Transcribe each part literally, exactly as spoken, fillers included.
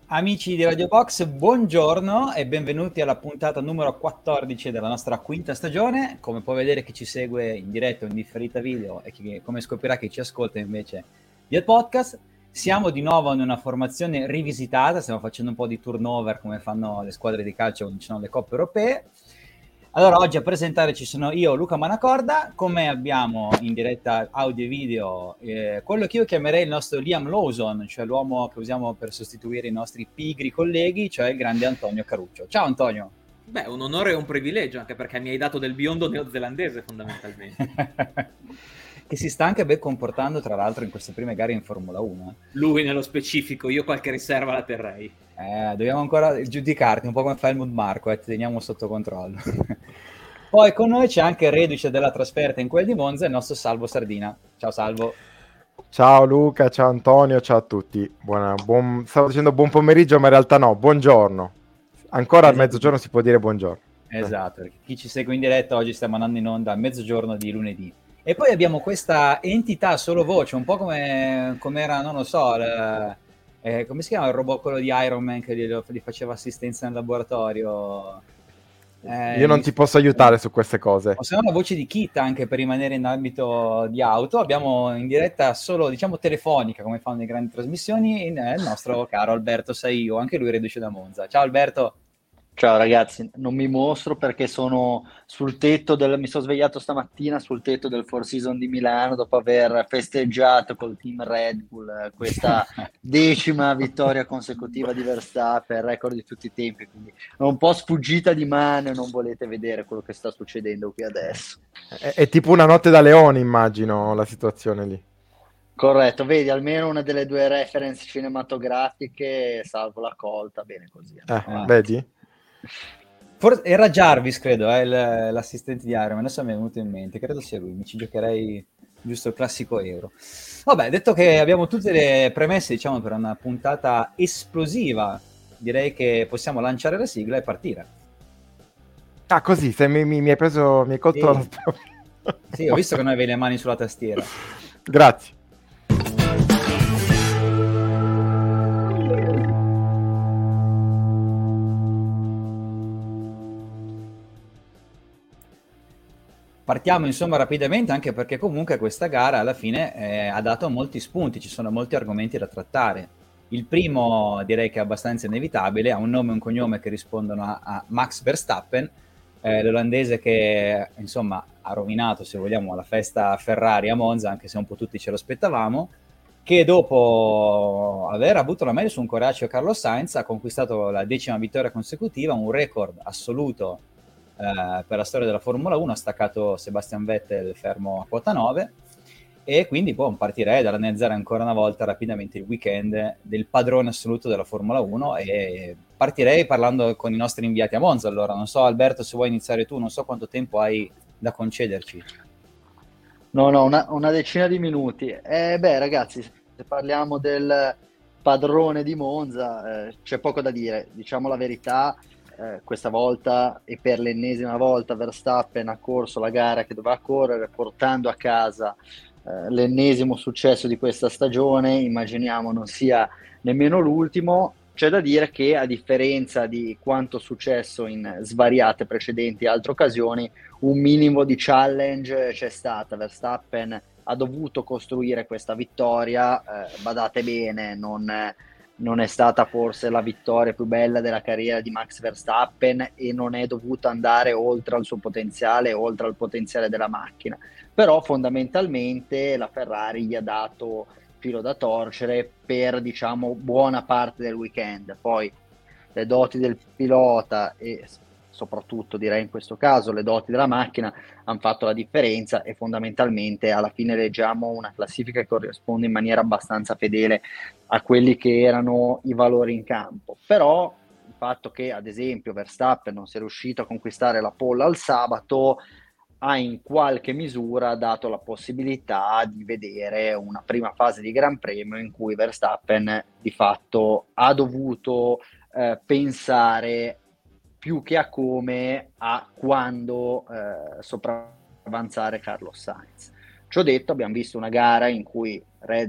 Amici di Radio Box, buongiorno e benvenuti alla puntata numero quattordici della nostra quinta stagione. Come può vedere chi ci segue in diretta o in differita video e chi, come scoprirà chi ci ascolta invece via podcast, siamo di nuovo in una formazione rivisitata, stiamo facendo un po' di turnover come fanno le squadre di calcio quando ci sono le coppe europee. Allora, oggi a presentare ci sono io, Luca Manacorda, come abbiamo in diretta audio e video eh, quello che io chiamerei il nostro Liam Lawson, cioè l'uomo che usiamo per sostituire i nostri pigri colleghi, cioè il grande Antonio Caruccio. Ciao Antonio! Beh, un onore e un privilegio, anche perché mi hai dato del biondo neozelandese fondamentalmente. Che si sta anche ben comportando tra l'altro in queste prime gare in Formula uno. Lui nello specifico, io qualche riserva la terrei. Eh, dobbiamo ancora giudicarti, un po' come fa Helmut Marko, eh, ti teniamo sotto controllo. Poi con noi c'è anche il reduce della trasferta in quel di Monza, il nostro Salvo Sardina. Ciao Salvo. Ciao Luca, ciao Antonio, ciao a tutti. Buona, buon, stavo dicendo buon pomeriggio, ma in realtà no, buongiorno. Ancora Esatto. Al mezzogiorno si può dire buongiorno. Esatto, perché chi ci segue in diretta oggi stiamo andando in onda a mezzogiorno di lunedì. E poi abbiamo questa entità solo voce, un po' come, come era, non lo so, il, eh, come si chiama il robot quello di Iron Man che gli, gli faceva assistenza nel laboratorio? Eh, Io non ti posso aiutare su queste cose. O se no la voce di Kit anche per rimanere in ambito di auto. Abbiamo in diretta solo, diciamo, telefonica, come fanno le grandi trasmissioni, il nostro caro Alberto Saio, anche lui reduce da Monza. Ciao Alberto. Ciao ragazzi, non mi mostro perché sono sul tetto del, mi sono svegliato stamattina sul tetto del Four Seasons di Milano dopo aver festeggiato col team Red Bull questa decima vittoria consecutiva di Verstappen, record di tutti i tempi, quindi è un po' sfuggita di mano e non volete vedere quello che sta succedendo qui adesso. È, è tipo una notte da leone, immagino, la situazione lì. Corretto, vedi, almeno una delle due reference cinematografiche, salvo la colta, bene così. Eh, Ah. Vedi? Forse era Jarvis, credo, eh, il, l'assistente di Iron Man, adesso mi è venuto in mente, credo sia lui, mi ci giocherei giusto il classico euro. Vabbè, detto che abbiamo tutte le premesse, diciamo, per una puntata esplosiva, direi che possiamo lanciare la sigla e partire. Ah, così, se mi, mi, mi hai preso, mi hai colto Sì. la... Sì, ho visto che non avevi le mani sulla tastiera. Grazie. Partiamo insomma rapidamente, anche perché comunque questa gara alla fine eh, ha dato molti spunti, ci sono molti argomenti da trattare. Il primo direi che è abbastanza inevitabile, ha un nome e un cognome che rispondono a, a Max Verstappen, eh, l'olandese che insomma ha rovinato, se vogliamo, la festa Ferrari a Monza, anche se un po' tutti ce lo aspettavamo, che dopo aver avuto la meglio su un coraggio Carlos Sainz ha conquistato la decima vittoria consecutiva, un record assoluto eh, per la storia della Formula uno, ha staccato Sebastian Vettel fermo a quota nove, e quindi boh, partirei ad analizzare ancora una volta rapidamente il weekend del padrone assoluto della Formula uno, e partirei parlando con i nostri inviati a Monza. Allora, non so Alberto se vuoi iniziare tu, non so quanto tempo hai da concederci. No, no, una, una decina di minuti. Eh, beh, ragazzi, se parliamo del padrone di Monza, eh, c'è poco da dire. Diciamo la verità, eh, questa volta e per l'ennesima volta Verstappen ha corso la gara che doveva correre, portando a casa eh, l'ennesimo successo di questa stagione. Immaginiamo non sia nemmeno l'ultimo. C'è da dire che, a differenza di quanto successo in svariate precedenti altre occasioni, un minimo di challenge c'è stata. Verstappen ha dovuto costruire questa vittoria, eh, badate bene, non, non è stata forse la vittoria più bella della carriera di Max Verstappen e non è dovuta andare oltre al suo potenziale, oltre al potenziale della macchina, però fondamentalmente la Ferrari gli ha dato filo da torcere per, diciamo, buona parte del weekend. Poi le doti del pilota e soprattutto direi in questo caso le doti della macchina hanno fatto la differenza, e fondamentalmente alla fine leggiamo una classifica che corrisponde in maniera abbastanza fedele a quelli che erano i valori in campo. Però il fatto che ad esempio Verstappen non sia riuscito a conquistare la pole al sabato ha in qualche misura dato la possibilità di vedere una prima fase di Gran Premio in cui Verstappen di fatto ha dovuto eh, pensare più che a come, a quando eh, sopravanzare Carlos Sainz. Ciò detto, abbiamo visto una gara in cui Red Bull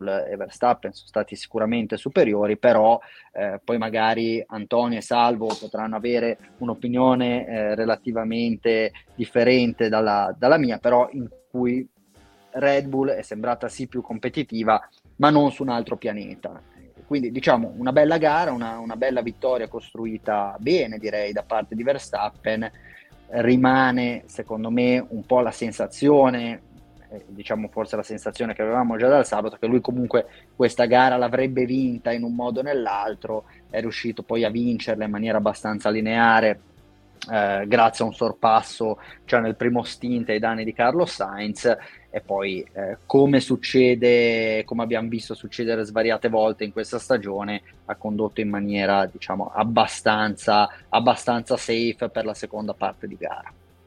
Bull e Verstappen sono stati sicuramente superiori, però eh, poi magari Antonio e Salvo potranno avere un'opinione eh, relativamente differente dalla, dalla mia, però in cui Red Bull è sembrata sì più competitiva, ma non su un altro pianeta. Quindi diciamo una bella gara, una, una bella vittoria costruita bene, direi, da parte di Verstappen. Rimane secondo me un po' la sensazione, eh, diciamo forse la sensazione che avevamo già dal sabato, che lui comunque questa gara l'avrebbe vinta in un modo o nell'altro, è riuscito poi a vincerla in maniera abbastanza lineare, eh, grazie a un sorpasso già nel primo stint ai danni di Carlos Sainz, e poi eh, come succede, come abbiamo visto succedere svariate volte in questa stagione, ha condotto in maniera diciamo abbastanza, abbastanza safe per la seconda parte di gara.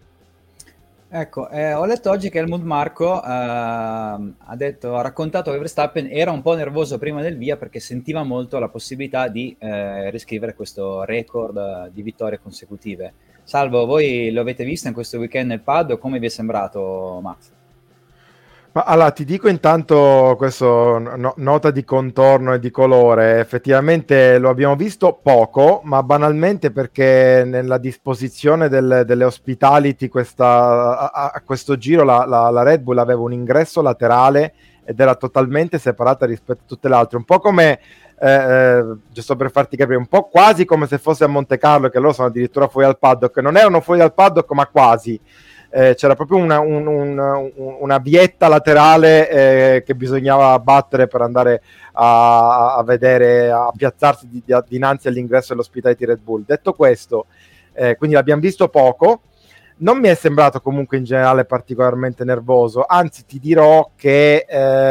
Ecco, eh, ho letto oggi che Helmut Marko eh, ha detto, ha raccontato che Verstappen era un po' nervoso prima del via perché sentiva molto la possibilità di eh, riscrivere questo record eh, di vittorie consecutive. Salvo, voi lo avete visto in questo weekend nel paddock, come vi è sembrato, Max? Ma allora ti dico intanto questo no, nota di contorno e di colore, effettivamente lo abbiamo visto poco, ma banalmente perché nella disposizione del, delle hospitality questa, a, a questo giro la, la, la Red Bull aveva un ingresso laterale ed era totalmente separata rispetto a tutte le altre, un po' come, eh, giusto per farti capire, un po' quasi come se fosse a Monte Carlo, che loro sono addirittura fuori al paddock, non erano fuori al paddock ma quasi. Eh, c'era proprio una, un, un, una vietta laterale eh, che bisognava battere per andare a, a vedere, a piazzarsi di, di, dinanzi all'ingresso dell'Hospitality Red Bull. Detto questo, eh, quindi l'abbiamo visto poco, non mi è sembrato comunque in generale particolarmente nervoso, anzi ti dirò che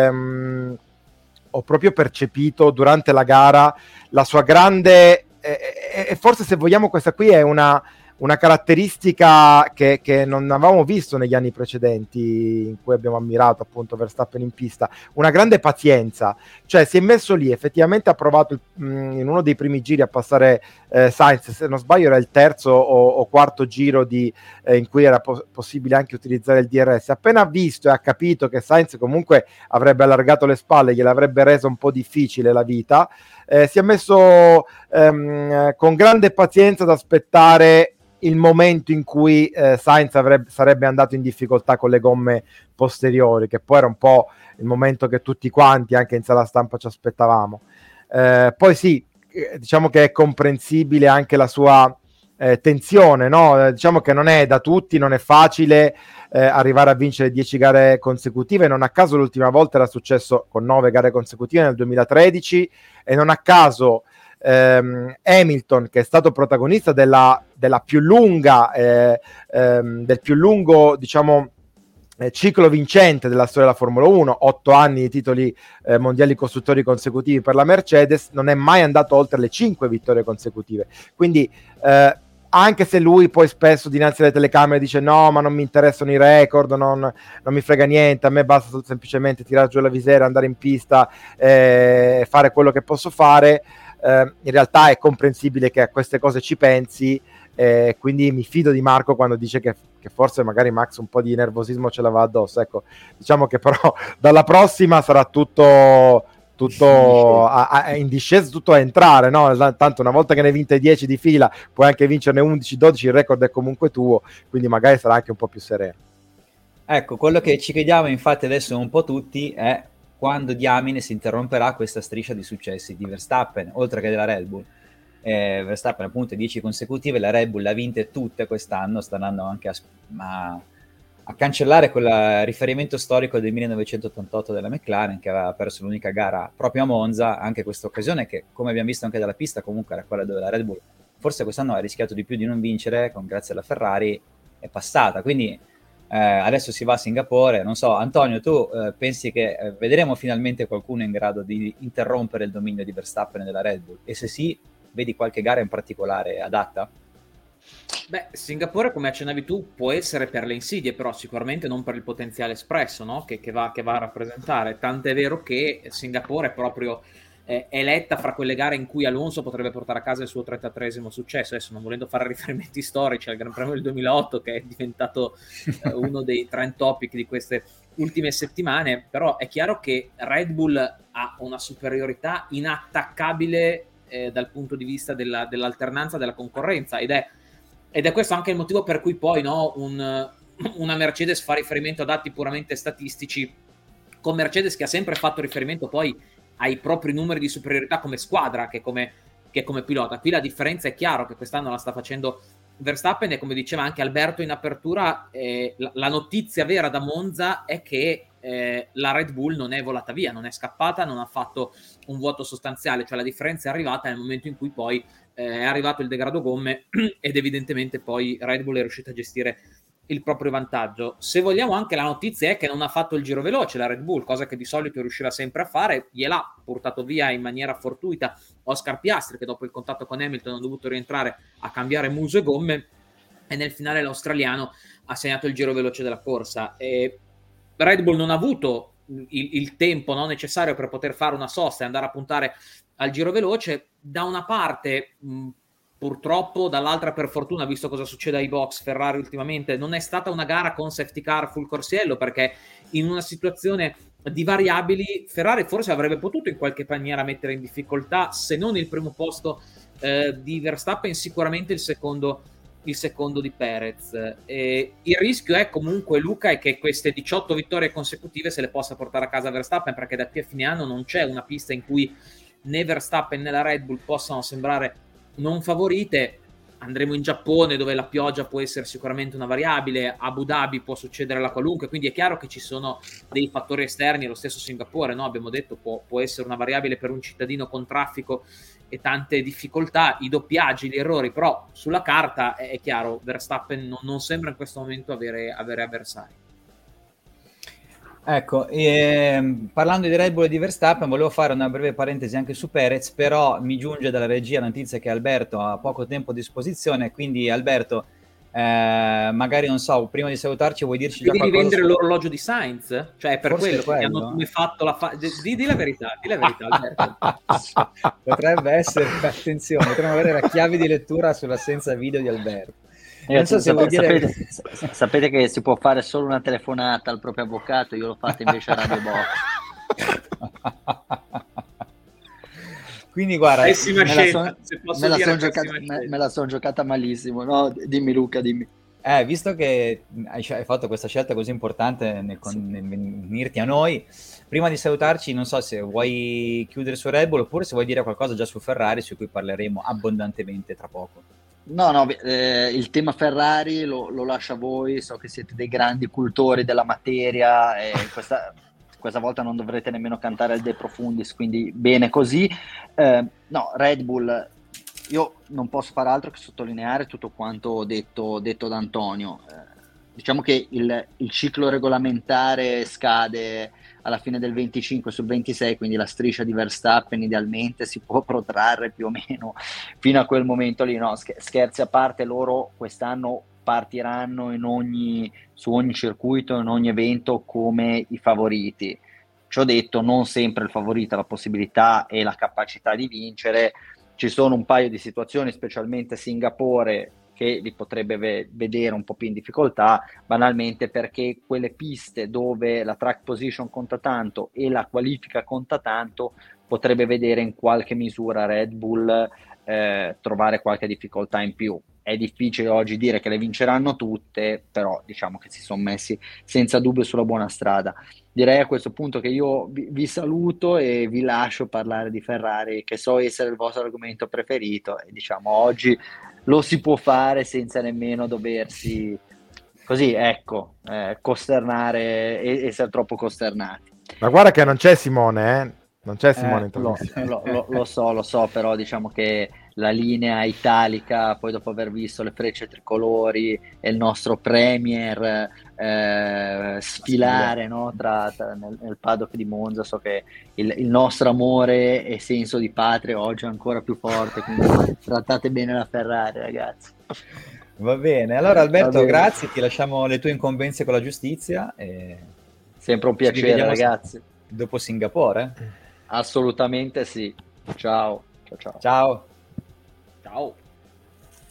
ehm, ho proprio percepito durante la gara la sua grande, e eh, eh, forse se vogliamo questa qui è una una caratteristica che, che non avevamo visto negli anni precedenti in cui abbiamo ammirato appunto Verstappen in pista, una grande pazienza, cioè si è messo lì, effettivamente ha provato mh, in uno dei primi giri a passare eh, Sainz, se non sbaglio era il terzo o, o quarto giro di, eh, in cui era po- possibile anche utilizzare il D R S, appena ha visto e ha capito che Sainz comunque avrebbe allargato le spalle, gliel'avrebbe reso un po' difficile la vita, eh, si è messo ehm, con grande pazienza ad aspettare il momento in cui eh, Sainz avrebbe, sarebbe andato in difficoltà con le gomme posteriori, che poi era un po' il momento che tutti quanti anche in sala stampa ci aspettavamo. Eh, poi sì, diciamo che è comprensibile anche la sua eh, tensione, no? Eh, diciamo che non è da tutti, non è facile eh, arrivare a vincere dieci gare consecutive, non a caso l'ultima volta era successo con nove gare consecutive nel duemilatredici, e non a caso ehm, Hamilton, che è stato protagonista della, della più lunga eh, ehm, del più lungo diciamo eh, ciclo vincente della storia della Formula uno, otto anni di titoli eh, mondiali costruttori consecutivi per la Mercedes, non è mai andato oltre le cinque vittorie consecutive, quindi eh, anche se lui poi spesso dinanzi alle telecamere dice no, ma non mi interessano i record, non, non mi frega niente, a me basta semplicemente tirare giù la visiera, andare in pista e eh, fare quello che posso fare, eh, in realtà è comprensibile che a queste cose ci pensi, eh, quindi mi fido di Marco quando dice che, che forse magari Max un po' di nervosismo ce l'aveva addosso, ecco, diciamo che però dalla prossima sarà tutto... tutto a, a, in discesa, tutto a entrare, no? Tanto una volta che ne hai vinte dieci di fila puoi anche vincerne undici dodici, il record è comunque tuo, quindi magari sarà anche un po' più sereno. Ecco, quello che ci chiediamo infatti adesso un po' tutti è quando diamine si interromperà questa striscia di successi di Verstappen, oltre che della Red Bull. eh, Verstappen appunto dieci consecutive, la Red Bull le ha vinte tutte quest'anno, sta andando anche a, a a cancellare quel riferimento storico del millenovecentottantotto della McLaren, che aveva perso l'unica gara proprio a Monza, anche questa occasione che, come abbiamo visto anche dalla pista, comunque era quella dove la Red Bull forse quest'anno ha rischiato di più di non vincere, con grazie alla Ferrari è passata, quindi eh, adesso si va a Singapore, non so, Antonio, tu eh, pensi che eh, vedremo finalmente qualcuno in grado di interrompere il dominio di Verstappen e della Red Bull? E se sì, vedi qualche gara in particolare adatta? Beh, Singapore, come accennavi tu, può essere per le insidie, però sicuramente non per il potenziale espresso, no? che, che, va, che va a rappresentare. Tant'è vero che Singapore è proprio eh, eletta fra quelle gare in cui Alonso potrebbe portare a casa il suo trentatreesimo successo. Adesso non volendo fare riferimenti storici al Gran Premio del duemilaotto, che è diventato eh, uno dei trend topic di queste ultime settimane, però è chiaro che Red Bull ha una superiorità inattaccabile eh, dal punto di vista della, dell'alternanza della concorrenza, ed è, ed è questo anche il motivo per cui poi no, un, una Mercedes fa riferimento a dati puramente statistici, con Mercedes che ha sempre fatto riferimento poi ai propri numeri di superiorità come squadra che come, che come pilota. Qui la differenza è chiaro che quest'anno la sta facendo Verstappen, e come diceva anche Alberto in apertura, eh, la, la notizia vera da Monza è che eh, la Red Bull non è volata via, non è scappata, non ha fatto un vuoto sostanziale, cioè la differenza è arrivata nel momento in cui poi eh, è arrivato il degrado gomme ed evidentemente poi Red Bull è riuscita a gestire il proprio vantaggio. Se vogliamo, anche la notizia è che non ha fatto il giro veloce la Red Bull, cosa che di solito riusciva sempre a fare, gliel'ha portato via in maniera fortuita Oscar Piastri, che dopo il contatto con Hamilton ha dovuto rientrare a cambiare muso e gomme, e nel finale l'australiano ha segnato il giro veloce della corsa. E Red Bull non ha avuto il, il tempo no, necessario per poter fare una sosta e andare a puntare al giro veloce. Da una parte mh, purtroppo, dall'altra per fortuna, visto cosa succede ai box Ferrari ultimamente, non è stata una gara con safety car full corsiello, perché in una situazione di variabili Ferrari forse avrebbe potuto in qualche maniera mettere in difficoltà, se non il primo posto eh, di Verstappen, sicuramente il secondo, il secondo di Perez. E il rischio è comunque, Luca, è che queste diciotto vittorie consecutive se le possa portare a casa Verstappen, perché da qui a fine anno non c'è una pista in cui né Verstappen né la Red Bull possano sembrare non favorite. Andremo in Giappone, dove la pioggia può essere sicuramente una variabile, a Abu Dhabi può succedere la qualunque, quindi è chiaro che ci sono dei fattori esterni. Lo stesso Singapore, no? Abbiamo detto, può, può essere una variabile per un cittadino con traffico e tante difficoltà, i doppiaggi, gli errori, però sulla carta è, è chiaro, Verstappen non, non sembra in questo momento avere, avere avversari. Ecco, ehm, parlando di Red Bull e di Verstappen, volevo fare una breve parentesi anche su Perez, però mi giunge dalla regia la notizia che Alberto ha poco tempo a disposizione, quindi Alberto, eh, magari non so, prima di salutarci vuoi dirci già Devi qualcosa vendere su... l'orologio di Sainz? Cioè è per Forse quello, è quello. che hanno come fatto la fa... di, di la verità, di la verità Alberto. Potrebbe essere, attenzione, potremmo avere la chiave di lettura sull'assenza video di Alberto. Non so se Sap- vuoi dire... sapete, sapete che si può fare solo una telefonata al proprio avvocato, io l'ho fatta invece a Radio Box. Quindi guarda, Pessima me scelta, la son, se posso me la dire, son giocata, me, me la son giocata malissimo, no? Dimmi Luca, dimmi. Eh, visto che hai, hai fatto questa scelta così importante nel, Sì. nel venirti a noi, prima di salutarci, non so se vuoi chiudere su Red Bull oppure se vuoi dire qualcosa già su Ferrari, su cui parleremo abbondantemente tra poco. No, no, eh, il tema Ferrari lo, lo lascio a voi, so che siete dei grandi cultori della materia e questa, questa volta non dovrete nemmeno cantare il De Profundis, quindi bene così. Eh, no, Red Bull, io non posso fare altro che sottolineare tutto quanto detto, detto da Antonio. Eh, diciamo che il, il ciclo regolamentare scade alla fine del venticinque sul ventisei, quindi la striscia di Verstappen idealmente si può protrarre più o meno fino a quel momento lì. No, scherzi a parte, loro quest'anno partiranno in ogni, su ogni circuito, in ogni evento come i favoriti. Ciò detto, non sempre il favorito ha la possibilità e la capacità di vincere. Ci sono un paio di situazioni, specialmente Singapore, che li potrebbe ve- vedere un po' più in difficoltà, banalmente perché quelle piste dove la track position conta tanto e la qualifica conta tanto, potrebbe vedere in qualche misura Red Bull eh, trovare qualche difficoltà in più. È difficile oggi dire che le vinceranno tutte, però diciamo che si sono messi senza dubbio sulla buona strada. Direi a questo punto che io vi, vi saluto e vi lascio parlare di Ferrari, che so essere il vostro argomento preferito, e diciamo oggi lo si può fare senza nemmeno doversi così, ecco, eh, costernare e essere troppo costernati. Ma guarda che non c'è Simone, eh? Non c'è Simone Eh, in Lo, trasmissione. lo, lo, lo so, lo so, però diciamo che la linea italica, poi dopo aver visto le frecce tricolori e il nostro premier eh, sfilare, no, tra, tra, nel, nel paddock di Monza, so che il, il nostro amore e senso di patria oggi è ancora più forte, quindi trattate bene la Ferrari, ragazzi. Va bene, allora Alberto, Va bene. grazie, ti lasciamo le tue incombenze con la giustizia e Sempre un ci piacere, rivediamo ragazzi. dopo Singapore. Assolutamente sì. Ciao. Ciao, ciao. Ciao. Ciao.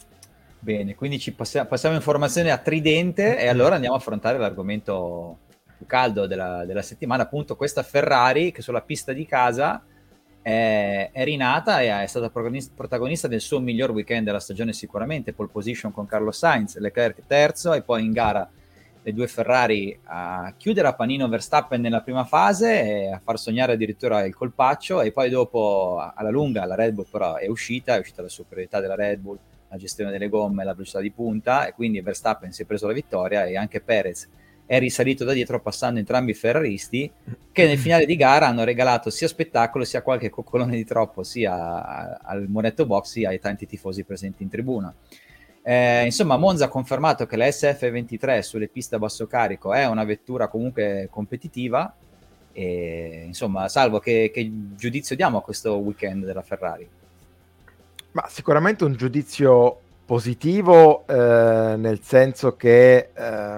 Bene, quindi ci passia- passiamo informazioni a tridente e allora andiamo a affrontare l'argomento più caldo della, della settimana, appunto questa Ferrari che sulla pista di casa è, è rinata e è stata protagonista del suo miglior weekend della stagione sicuramente, pole position con Carlos Sainz, Leclerc terzo e poi in gara le due Ferrari a chiudere a panino Verstappen nella prima fase e a far sognare addirittura il colpaccio, e poi dopo alla lunga la Red Bull però è uscita, è uscita la superiorità della Red Bull, la gestione delle gomme, la velocità di punta, e quindi Verstappen si è preso la vittoria e anche Perez è risalito da dietro passando entrambi i ferraristi, che nel finale di gara hanno regalato sia spettacolo sia qualche coccolone di troppo sia al Monetto Box sia ai tanti tifosi presenti in tribuna. Eh, insomma, Monza ha confermato che la S F ventitré sulle piste a basso carico è una vettura comunque competitiva e insomma, Salvo, che, che giudizio diamo a questo weekend della Ferrari? Ma sicuramente un giudizio positivo, eh, nel senso che eh,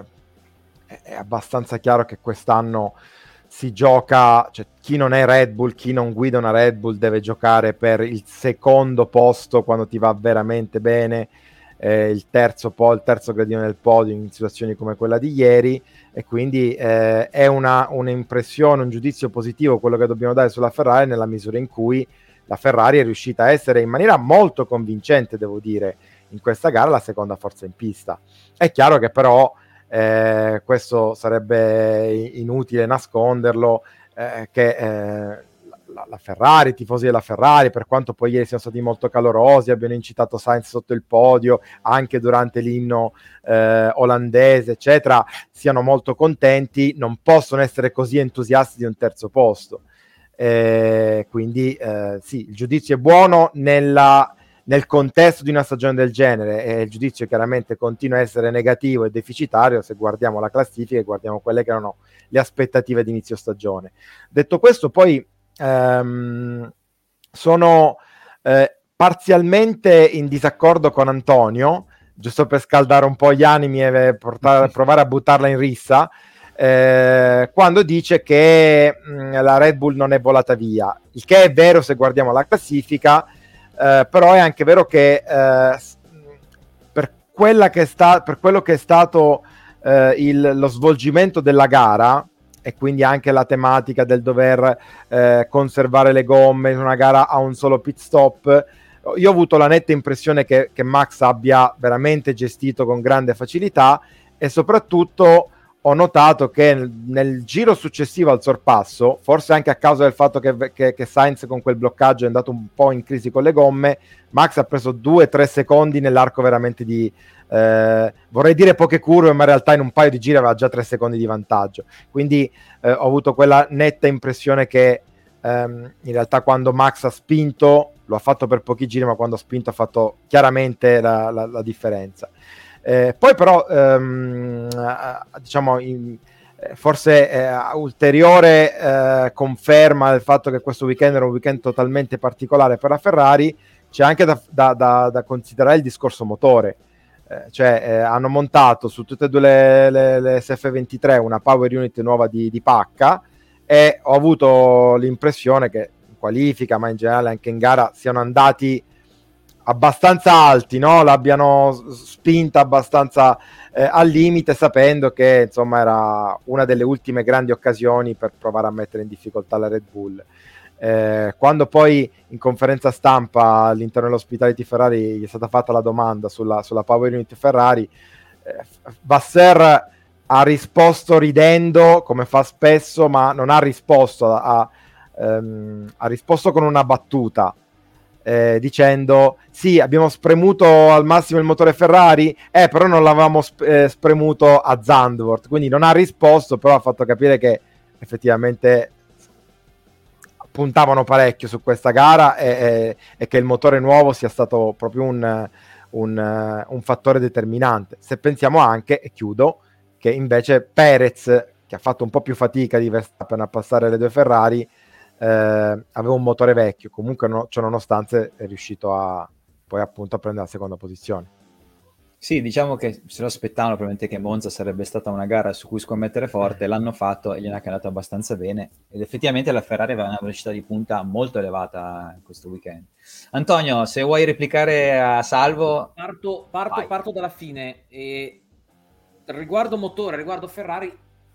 è abbastanza chiaro che quest'anno si gioca, cioè chi non è Red Bull, chi non guida una Red Bull deve giocare per il secondo posto quando ti va veramente bene, eh, il terzo po- il terzo gradino del podio in situazioni come quella di ieri, e quindi eh, è una un'impressione, un giudizio positivo quello che dobbiamo dare sulla Ferrari, nella misura in cui la Ferrari è riuscita a essere in maniera molto convincente, devo dire, in questa gara la seconda forza in pista. È chiaro che però eh, questo sarebbe inutile nasconderlo, eh, che eh, la, la Ferrari, i tifosi della Ferrari, per quanto poi ieri siano stati molto calorosi, abbiano incitato Sainz sotto il podio anche durante l'inno eh, olandese eccetera, siano molto contenti, non possono essere così entusiasti di un terzo posto. Eh, quindi eh, sì, il giudizio è buono nella, nel contesto di una stagione del genere, e il giudizio chiaramente continua a essere negativo e deficitario se guardiamo la classifica e guardiamo quelle che erano le aspettative di inizio stagione. Detto questo, poi ehm, sono eh, parzialmente in disaccordo con Antonio, giusto per scaldare un po' gli animi e portare, provare a buttarla in rissa. Eh, quando dice che mh, la Red Bull non è volata via, il che è vero se guardiamo la classifica, eh, però è anche vero che eh, per, quella che sta, per quello che è stato eh, il, lo svolgimento della gara, e quindi anche la tematica del dover eh, conservare le gomme in una gara a un solo pit stop, io ho avuto la netta impressione che, che Max abbia veramente gestito con grande facilità, e soprattutto ho notato che nel, nel giro successivo al sorpasso, forse anche a causa del fatto che, che, che Sainz con quel bloccaggio è andato un po' in crisi con le gomme, Max ha preso due tre secondi nell'arco veramente di, eh, vorrei dire poche curve, ma in realtà in un paio di giri aveva già tre secondi di vantaggio. Quindi eh, ho avuto quella netta impressione che ehm, in realtà quando Max ha spinto, lo ha fatto per pochi giri, ma quando ha spinto ha fatto chiaramente la, la, la differenza. Eh, poi però ehm, diciamo in, forse eh, ulteriore eh, conferma del fatto che questo weekend era un weekend totalmente particolare per la Ferrari, c'è anche da, da, da, da considerare il discorso motore, eh, cioè eh, hanno montato su tutte e due le, le, le S F ventitré una power unit nuova di, di pacca, e ho avuto l'impressione che in qualifica ma in generale anche in gara siano andati abbastanza alti, no? L'abbiano spinta abbastanza eh, al limite, sapendo che insomma era una delle ultime grandi occasioni per provare a mettere in difficoltà la Red Bull. Eh, quando poi in conferenza stampa all'interno dell'Hospitality Ferrari gli è stata fatta la domanda sulla, sulla Power Unit Ferrari, eh, Vasser ha risposto ridendo come fa spesso, ma non ha risposto a, ehm, ha risposto con una battuta, Eh, dicendo sì, abbiamo spremuto al massimo il motore Ferrari, eh, però non l'avevamo sp- eh, spremuto a Zandvoort, quindi non ha risposto, però ha fatto capire che effettivamente puntavano parecchio su questa gara e, e, e che il motore nuovo sia stato proprio un, un, un fattore determinante. Se pensiamo anche, e chiudo, che invece Perez, che ha fatto un po' più fatica di Verstappen a passare le due Ferrari, Eh, aveva un motore vecchio, comunque no, ciò nonostante è riuscito a poi appunto a prendere la seconda posizione. Sì, diciamo che se lo aspettavano probabilmente che Monza sarebbe stata una gara su cui scommettere forte, l'hanno fatto e gliene ha andato abbastanza bene, ed effettivamente la Ferrari aveva una velocità di punta molto elevata in questo weekend. Antonio, se vuoi replicare a Salvo, parto, parto, parto dalla fine e riguardo motore, riguardo Ferrari,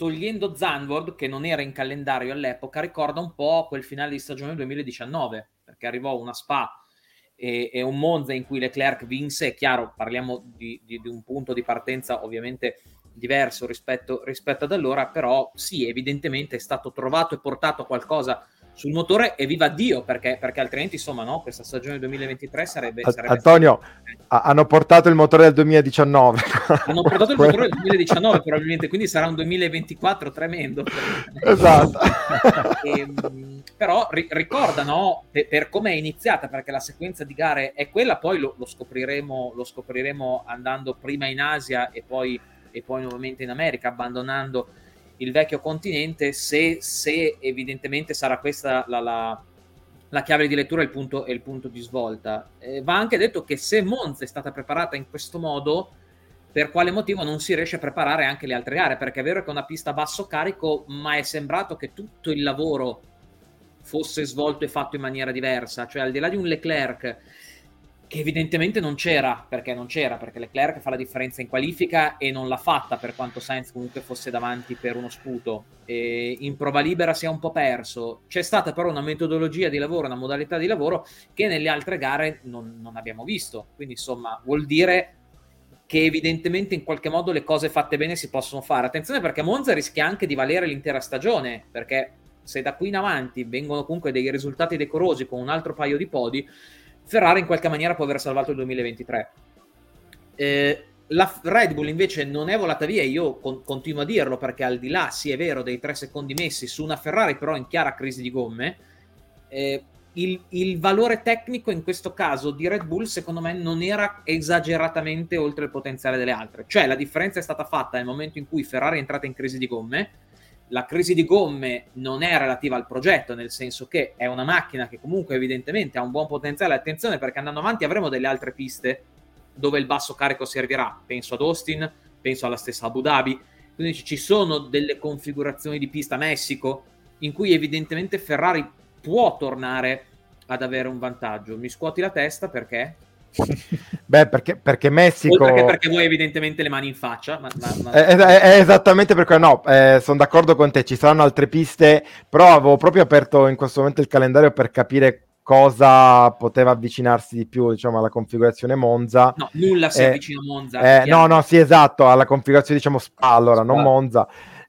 togliendo Zandvoort, che non era in calendario all'epoca, ricorda un po' quel finale di stagione duemiladiciannove, perché arrivò una Spa e, e un Monza in cui Leclerc vinse. È chiaro, parliamo di, di, di un punto di partenza ovviamente diverso rispetto, rispetto ad allora, però sì, evidentemente è stato trovato e portato qualcosa sul motore, e viva Dio, perché, perché altrimenti insomma no, questa stagione duemilaventitré sarebbe, A- sarebbe Antonio, stato... a- hanno portato il motore del duemiladiciannove. Hanno portato il motore del duemiladiciannove probabilmente, quindi sarà un duemilaventiquattro tremendo. Esatto. E, però ri- ricorda, no, per, per come è iniziata, perché la sequenza di gare è quella, poi lo, lo scopriremo lo scopriremo andando prima in Asia e poi, e poi nuovamente in America, abbandonando il vecchio continente, se, se evidentemente sarà questa la, la, la chiave di lettura e il punto, il punto di svolta. Eh, va anche detto che se Monza è stata preparata in questo modo, per quale motivo non si riesce a preparare anche le altre gare? Perché è vero che è una pista a basso carico, ma è sembrato che tutto il lavoro fosse svolto e fatto in maniera diversa, cioè al di là di un Leclerc che evidentemente non c'era, perché non c'era, perché Leclerc fa la differenza in qualifica e non l'ha fatta, per quanto Sainz comunque fosse davanti per uno sputo, e in prova libera si è un po' perso. C'è stata però una metodologia di lavoro, una modalità di lavoro che nelle altre gare non, non abbiamo visto, quindi insomma vuol dire che evidentemente in qualche modo le cose fatte bene si possono fare. Attenzione, perché Monza rischia anche di valere l'intera stagione, perché se da qui in avanti vengono comunque dei risultati decorosi con un altro paio di podi, Ferrari in qualche maniera può aver salvato il duemilaventitré. Eh, la Red Bull invece non è volata via, io con- continuo a dirlo, perché al di là, sì è vero, dei tre secondi messi su una Ferrari però in chiara crisi di gomme, eh, il, il valore tecnico in questo caso di Red Bull secondo me non era esageratamente oltre il potenziale delle altre, cioè la differenza è stata fatta nel momento in cui Ferrari è entrata in crisi di gomme. La crisi di gomme non è relativa al progetto, nel senso che è una macchina che comunque evidentemente ha un buon potenziale. Attenzione, perché andando avanti avremo delle altre piste dove il basso carico servirà, penso ad Austin, penso alla stessa Abu Dhabi, quindi ci sono delle configurazioni di pista, Messico, in cui evidentemente Ferrari può tornare ad avere un vantaggio. Mi scuoti la testa perché? Beh, perché, perché Messico... Oltre che perché vuoi evidentemente le mani in faccia. Ma, ma, ma... È, è, è esattamente perché no, eh, sono d'accordo con te, ci saranno altre piste, però avevo proprio aperto in questo momento il calendario per capire cosa poteva avvicinarsi di più, diciamo, alla configurazione Monza. No, nulla si eh, avvicina a Monza. Eh, no, no, sì, esatto, alla configurazione, diciamo, Spa, allora, Spa. Non Monza.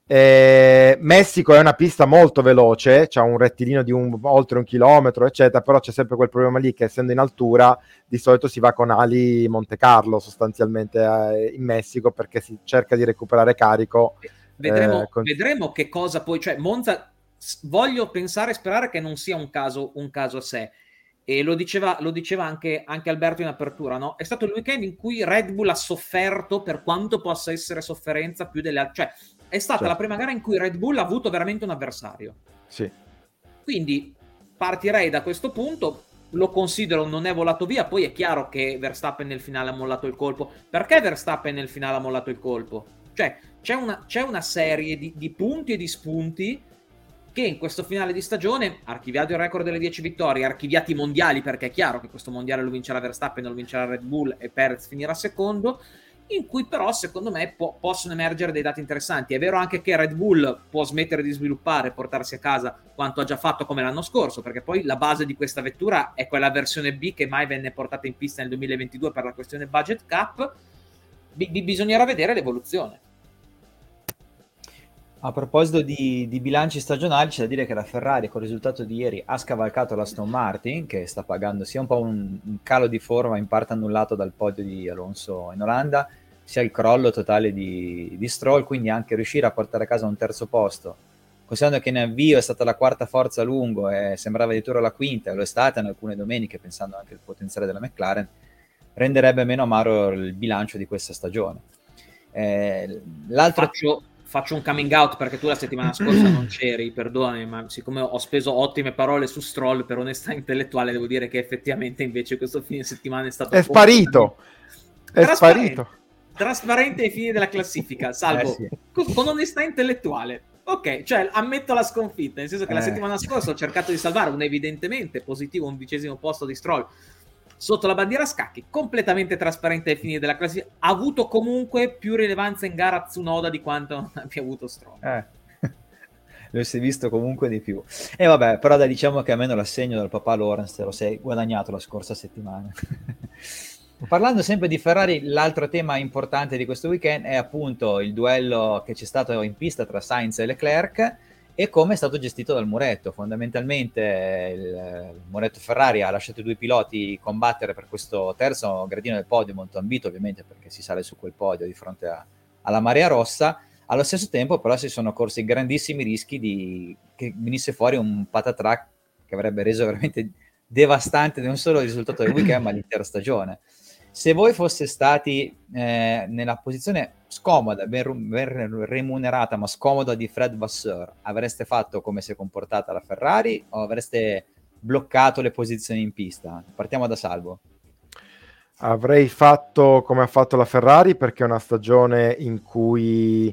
Eh, Messico è una pista molto veloce, c'ha un rettilineo di un, oltre un chilometro, eccetera, però c'è sempre quel problema lì che essendo in altura di solito si va con ali Monte Carlo sostanzialmente eh, in Messico, perché si cerca di recuperare carico. Vedremo, eh, con... vedremo che cosa poi, cioè Monza, voglio pensare e sperare che non sia un caso, un caso a sé, e lo diceva, lo diceva anche, anche Alberto in apertura, no? È stato il weekend in cui Red Bull ha sofferto, per quanto possa essere sofferenza, più delle altre, cioè è stata certo. la prima gara in cui Red Bull ha avuto veramente un avversario. Sì. Quindi partirei da questo punto, lo considero non è volato via. Poi è chiaro che Verstappen nel finale ha mollato il colpo. Perché Verstappen nel finale ha mollato il colpo? Cioè c'è una, c'è una serie di, di punti e di spunti che in questo finale di stagione, archiviato il record delle dieci vittorie, archiviati i mondiali, perché è chiaro che questo mondiale lo vincerà Verstappen, non lo vincerà Red Bull e Perez finirà secondo, in cui però secondo me po- possono emergere dei dati interessanti. È vero anche che Red Bull può smettere di sviluppare e portarsi a casa quanto ha già fatto come l'anno scorso, perché poi la base di questa vettura è quella versione B che mai venne portata in pista nel duemilaventidue per la questione budget cap. B- bisognerà vedere l'evoluzione. A proposito di, di bilanci stagionali, c'è da dire che la Ferrari col risultato di ieri ha scavalcato l'Aston Martin, che sta pagando sia un po' un, un calo di forma in parte annullato dal podio di Alonso in Olanda, sia il crollo totale di, di Stroll, quindi anche riuscire a portare a casa un terzo posto, considerando che in avvio è stata la quarta forza a lungo e sembrava addirittura la quinta, e lo è stata in alcune domeniche, pensando anche al potenziale della McLaren, renderebbe meno amaro il bilancio di questa stagione. Eh, l'altro... Faccio... Faccio un coming out perché tu la settimana scorsa non c'eri, perdonami, ma siccome ho speso ottime parole su Stroll, per onestà intellettuale devo dire che effettivamente invece questo fine settimana è stato... È sparito! È sparito! Trasparente ai fini della classifica, salvo eh sì. con, con onestà intellettuale. Ok, cioè ammetto la sconfitta, nel senso che eh. la settimana scorsa ho cercato di salvare un evidentemente positivo undicesimo posto di Stroll sotto la bandiera scacchi, completamente trasparente ai fini della classifica, ha avuto comunque più rilevanza in gara Tsunoda di quanto non abbia avuto Stroll. Eh. Lo si è visto comunque di più. E vabbè, però dai, diciamo che almeno l'assegno dal papà Lawrence te lo sei guadagnato la scorsa settimana. Parlando sempre di Ferrari, l'altro tema importante di questo weekend è appunto il duello che c'è stato in pista tra Sainz e Leclerc e come è stato gestito dal muretto. Fondamentalmente il, il muretto Ferrari ha lasciato i due piloti combattere per questo terzo gradino del podio, molto ambito ovviamente perché si sale su quel podio di fronte a, alla Marea Rossa. Allo stesso tempo però si sono corsi grandissimi rischi di che venisse fuori un patatrac che avrebbe reso veramente devastante non solo il risultato del weekend ma l'intera stagione. Se voi foste stati eh, nella posizione scomoda, ben, ben remunerata ma scomoda di Fred Vasseur, avreste fatto come si è comportata la Ferrari o avreste bloccato le posizioni in pista? Partiamo da Salvo. Avrei fatto come ha fatto la Ferrari, perché è una stagione in cui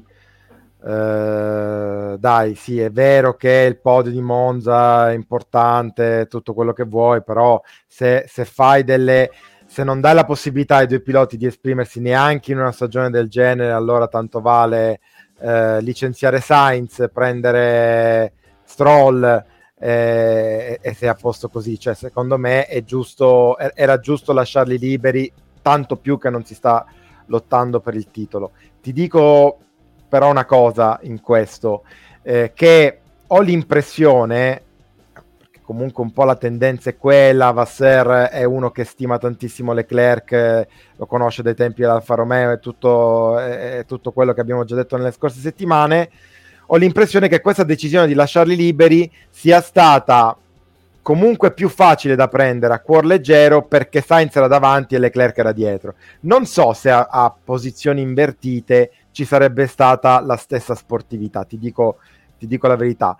eh, dai, sì, è vero che il podio di Monza è importante, tutto quello che vuoi, però se, se fai delle se non dai la possibilità ai due piloti di esprimersi neanche in una stagione del genere, allora tanto vale eh, licenziare Sainz, prendere Stroll eh, e sei a posto così. Cioè, secondo me è giusto, era giusto lasciarli liberi, tanto più che non si sta lottando per il titolo. Ti dico però una cosa in questo, eh, che ho l'impressione, comunque un po' la tendenza è quella, Vasseur è uno che stima tantissimo Leclerc, lo conosce dai tempi dell'Alfa Romeo e tutto, è tutto quello che abbiamo già detto nelle scorse settimane. Ho l'impressione che questa decisione di lasciarli liberi sia stata comunque più facile da prendere a cuor leggero perché Sainz era davanti e Leclerc era dietro. Non so se a, a posizioni invertite ci sarebbe stata la stessa sportività, ti dico, ti dico la verità.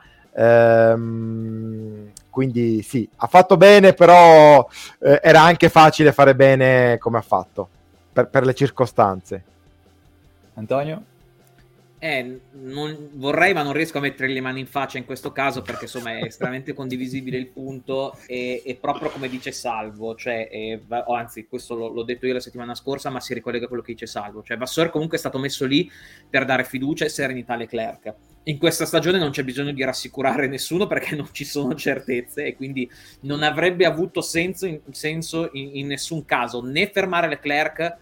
Ehm, quindi sì, ha fatto bene, però eh, era anche facile fare bene come ha fatto per, per le circostanze. Antonio? Eh, non, vorrei ma non riesco a mettere le mani in faccia in questo caso perché insomma è estremamente condivisibile il punto e, e proprio come dice Salvo, cioè, eh, o anzi questo lo, l'ho detto io la settimana scorsa ma si ricollega a quello che dice Salvo, cioè Vasseur comunque è stato messo lì per dare fiducia e serenità a Leclerc. In questa stagione non c'è bisogno di rassicurare nessuno perché non ci sono certezze e quindi non avrebbe avuto senso in, senso in, in nessun caso né fermare Leclerc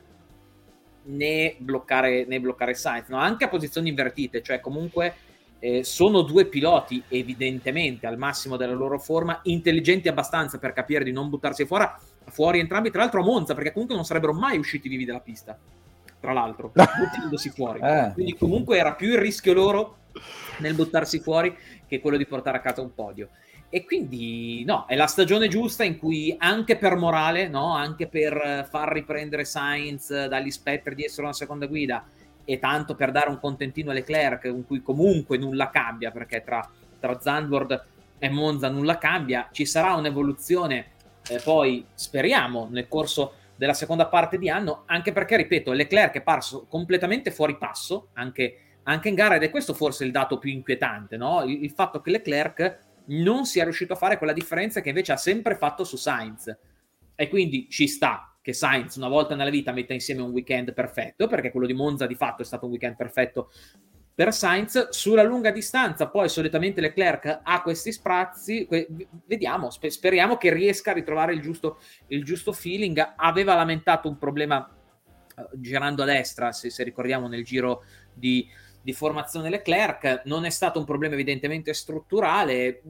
né bloccare, né bloccare Sainz, no? Anche a posizioni invertite, cioè comunque eh, sono due piloti evidentemente al massimo della loro forma, intelligenti abbastanza per capire di non buttarsi fuori, fuori entrambi, tra l'altro a Monza, perché comunque non sarebbero mai usciti vivi dalla pista, tra l'altro, buttandosi fuori. Eh. Quindi comunque era più il rischio loro nel buttarsi fuori che quello di portare a casa un podio. E quindi no, è la stagione giusta in cui anche per morale, no, anche per far riprendere Sainz dagli spettri di essere una seconda guida e tanto per dare un contentino a Leclerc in cui comunque nulla cambia perché tra, tra Zandvoort e Monza nulla cambia, ci sarà un'evoluzione eh, poi speriamo nel corso della seconda parte di anno, anche perché ripeto Leclerc è parso completamente fuori passo anche, anche in gara ed è questo forse il dato più inquietante, no? il, il fatto che Leclerc non sia riuscito a fare quella differenza che invece ha sempre fatto su Sainz e quindi ci sta che Sainz una volta nella vita metta insieme un weekend perfetto perché quello di Monza di fatto è stato un weekend perfetto per Sainz. Sulla lunga distanza poi solitamente Leclerc ha questi sprazzi, que- vediamo, sper- speriamo che riesca a ritrovare il giusto, il giusto feeling. Aveva lamentato un problema uh, girando a destra se, se ricordiamo nel giro di di formazione Leclerc, non è stato un problema evidentemente strutturale,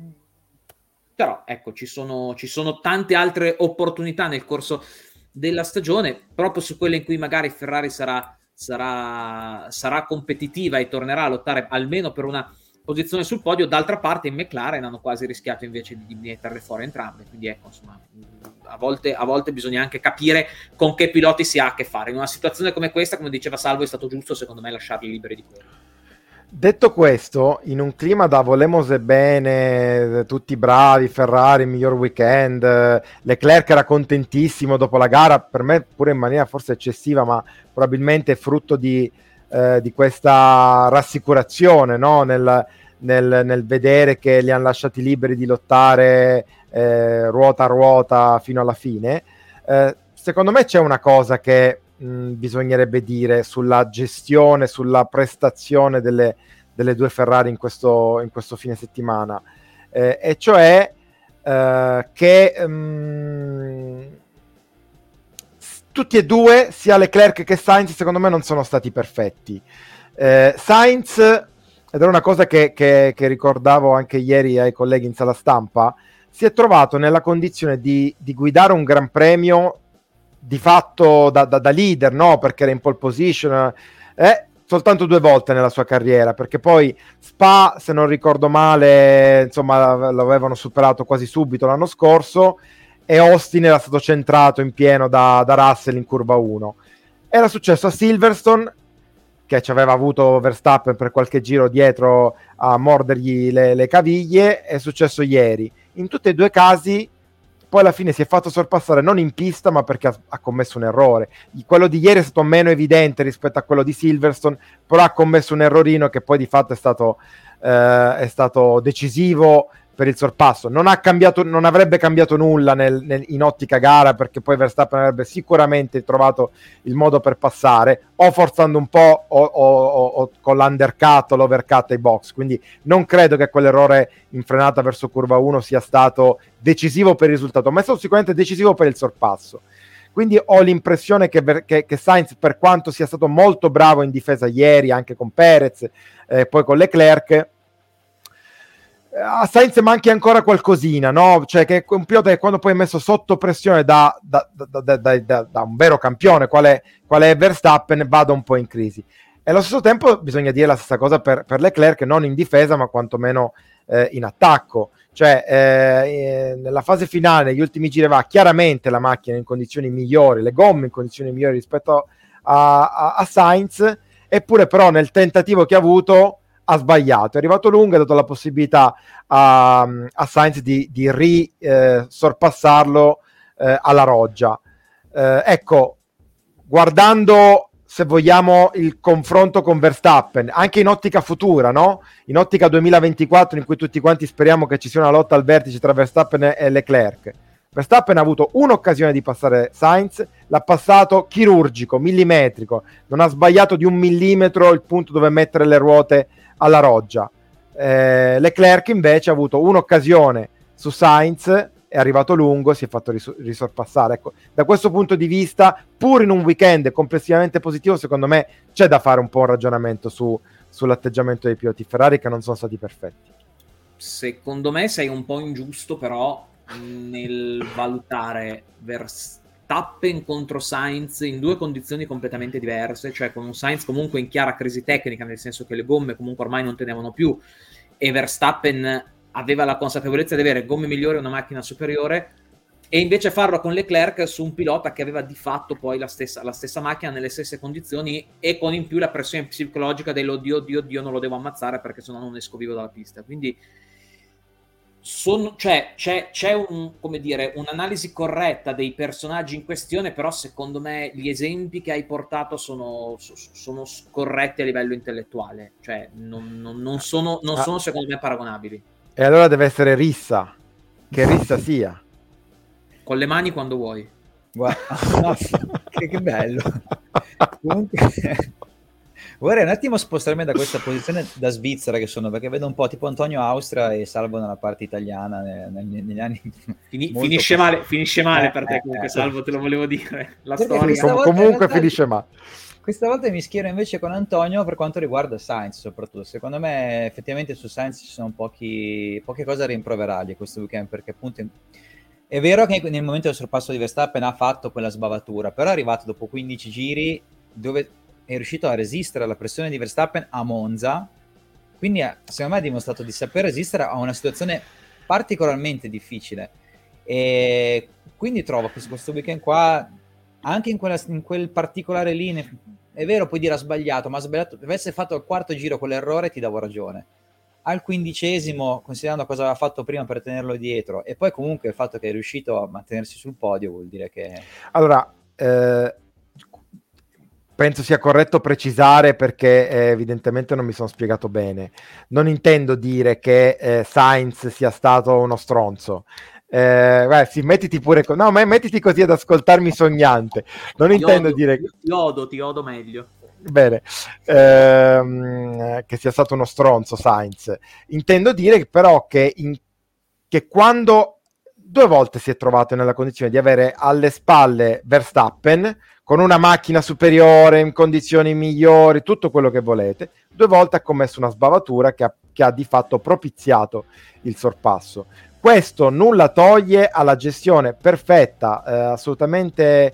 però ecco ci sono, ci sono tante altre opportunità nel corso della stagione, proprio su quelle in cui magari Ferrari sarà, sarà, sarà competitiva e tornerà a lottare almeno per una posizione sul podio. D'altra parte in McLaren hanno quasi rischiato invece di metterle fuori entrambe, quindi ecco insomma a volte, a volte bisogna anche capire con che piloti si ha a che fare. In una situazione come questa, come diceva Salvo, è stato giusto secondo me lasciarli liberi di quello. Detto questo, in un clima da volemose bene, tutti bravi, Ferrari, miglior weekend, Leclerc era contentissimo dopo la gara, per me pure in maniera forse eccessiva, ma probabilmente frutto di, eh, di questa rassicurazione, no? nel, nel, nel vedere che li hanno lasciati liberi di lottare eh, ruota a ruota fino alla fine. Eh, secondo me c'è una cosa che mh, bisognerebbe dire sulla gestione, sulla prestazione delle, delle due Ferrari in questo, in questo fine settimana, eh, e cioè eh, che mh, tutti e due, sia Leclerc che Sainz, secondo me non sono stati perfetti. Eh, Sainz, ed era una cosa che, che, che ricordavo anche ieri ai colleghi in sala stampa, si è trovato nella condizione di, di guidare un Gran Premio di fatto da, da, da leader, no? Perché era in pole position, eh, soltanto due volte nella sua carriera, perché poi Spa, se non ricordo male, insomma, l'avevano superato quasi subito l'anno scorso, e Austin era stato centrato in pieno da, da Russell in curva uno. Era successo a Silverstone, che ci aveva avuto Verstappen per qualche giro dietro a mordergli le, le caviglie, è successo ieri. In tutti e due i casi poi alla fine si è fatto sorpassare non in pista, ma perché ha, ha commesso un errore. Quello di ieri è stato meno evidente rispetto a quello di Silverstone, però ha commesso un errorino che poi di fatto è stato, eh, è stato decisivo per il sorpasso. Non ha cambiato, non avrebbe cambiato nulla nel, nel, in ottica gara, perché poi Verstappen avrebbe sicuramente trovato il modo per passare, o forzando un po' o, o, o, o con l'undercut o l'overcut ai box. Quindi non credo che quell'errore in frenata verso curva uno sia stato decisivo per il risultato, ma è stato sicuramente decisivo per il sorpasso. Quindi ho l'impressione che, che, che Sainz, per quanto sia stato molto bravo in difesa ieri, anche con Perez, eh, poi con Leclerc, a Sainz manchi ancora qualcosina, no? Cioè che un pilota che quando poi è messo sotto pressione da, da, da, da, da, da, da un vero campione, quale, quale è Verstappen, vada un po' in crisi. E allo stesso tempo bisogna dire la stessa cosa per, per Leclerc, non in difesa ma quantomeno eh, in attacco. Cioè eh, nella fase finale, negli ultimi giri, va chiaramente la macchina in condizioni migliori, le gomme in condizioni migliori rispetto a, a, a Sainz, eppure però nel tentativo che ha avuto ha sbagliato, è arrivato lungo, ha dato la possibilità a, a Sainz di, di ri eh, sorpassarlo eh, alla roggia. Eh, ecco, guardando, se vogliamo, il confronto con Verstappen, anche in ottica futura, no? In ottica duemilaventiquattro, in cui tutti quanti speriamo che ci sia una lotta al vertice tra Verstappen e Leclerc. Verstappen ha avuto un'occasione di passare Sainz, l'ha passato chirurgico, millimetrico, non ha sbagliato di un millimetro il punto dove mettere le ruote alla roggia. eh, Leclerc invece ha avuto un'occasione su Sainz, è arrivato lungo, si è fatto ris- risorpassare. Ecco, da questo punto di vista, pur in un weekend complessivamente positivo, secondo me c'è da fare un po' un ragionamento su, sull'atteggiamento dei piloti Ferrari, che non sono stati perfetti. Secondo me sei un po' ingiusto però nel valutare Verstappen contro Sainz in due condizioni completamente diverse, cioè con un Sainz comunque in chiara crisi tecnica, nel senso che le gomme comunque ormai non tenevano più, e Verstappen aveva la consapevolezza di avere gomme migliori e una macchina superiore, e invece farlo con Leclerc su un pilota che aveva di fatto poi la stessa, la stessa macchina nelle stesse condizioni, e con in più la pressione psicologica dell'oddio, oddio, oddio, non lo devo ammazzare perché sennò non esco vivo dalla pista. Quindi Sono, cioè, c'è, c'è un, come dire, un'analisi corretta dei personaggi in questione, però secondo me gli esempi che hai portato sono, sono scorretti a livello intellettuale, cioè non, non, non, sono, non sono secondo me paragonabili. E allora deve essere rissa, che rissa sia. Con le mani quando vuoi. Guarda, no, che, che bello. Comunque vorrei un attimo spostarmi da questa posizione da Svizzera che sono, perché vedo un po' tipo Antonio Austria e Salvo nella parte italiana negli, negli anni. Fini, finisce male, finisce male eh, per te eh, comunque, eh, Salvo, te lo volevo dire. La perché storia. questa volta comunque realtà, finisce male. Questa volta mi schiero invece con Antonio per quanto riguarda Sainz, soprattutto. Secondo me effettivamente su Sainz ci sono pochi, poche cose da rimproverargli questo weekend, perché appunto è vero che nel momento del sorpasso di Verstappen ha fatto quella sbavatura, però è arrivato dopo quindici giri dove è riuscito a resistere alla pressione di Verstappen a Monza, quindi secondo me ha dimostrato di saper resistere a una situazione particolarmente difficile, e quindi trovo che questo weekend qua, anche in, quella, in quel particolare lì, è vero, puoi dire ha sbagliato, ma ha sbagliato, avesse fatto al quarto giro quell'errore ti davo ragione, al quindicesimo, considerando cosa aveva fatto prima per tenerlo dietro, e poi comunque il fatto che è riuscito a mantenersi sul podio vuol dire che... Allora, eh, penso sia corretto precisare, perché eh, evidentemente non mi sono spiegato bene. Non intendo dire che eh, Sainz sia stato uno stronzo. Eh, beh, sì, mettiti pure co- no, ma mettiti così ad ascoltarmi sognante. Non Ti intendo odo, dire ti odo, ti odo meglio. bene, ehm, che sia stato uno stronzo Sainz. Intendo dire però che, in, che quando due volte si è trovato nella condizione di avere alle spalle Verstappen con una macchina superiore, in condizioni migliori, tutto quello che volete, due volte ha commesso una sbavatura che ha, che ha di fatto propiziato il sorpasso. Questo nulla toglie alla gestione perfetta, eh, assolutamente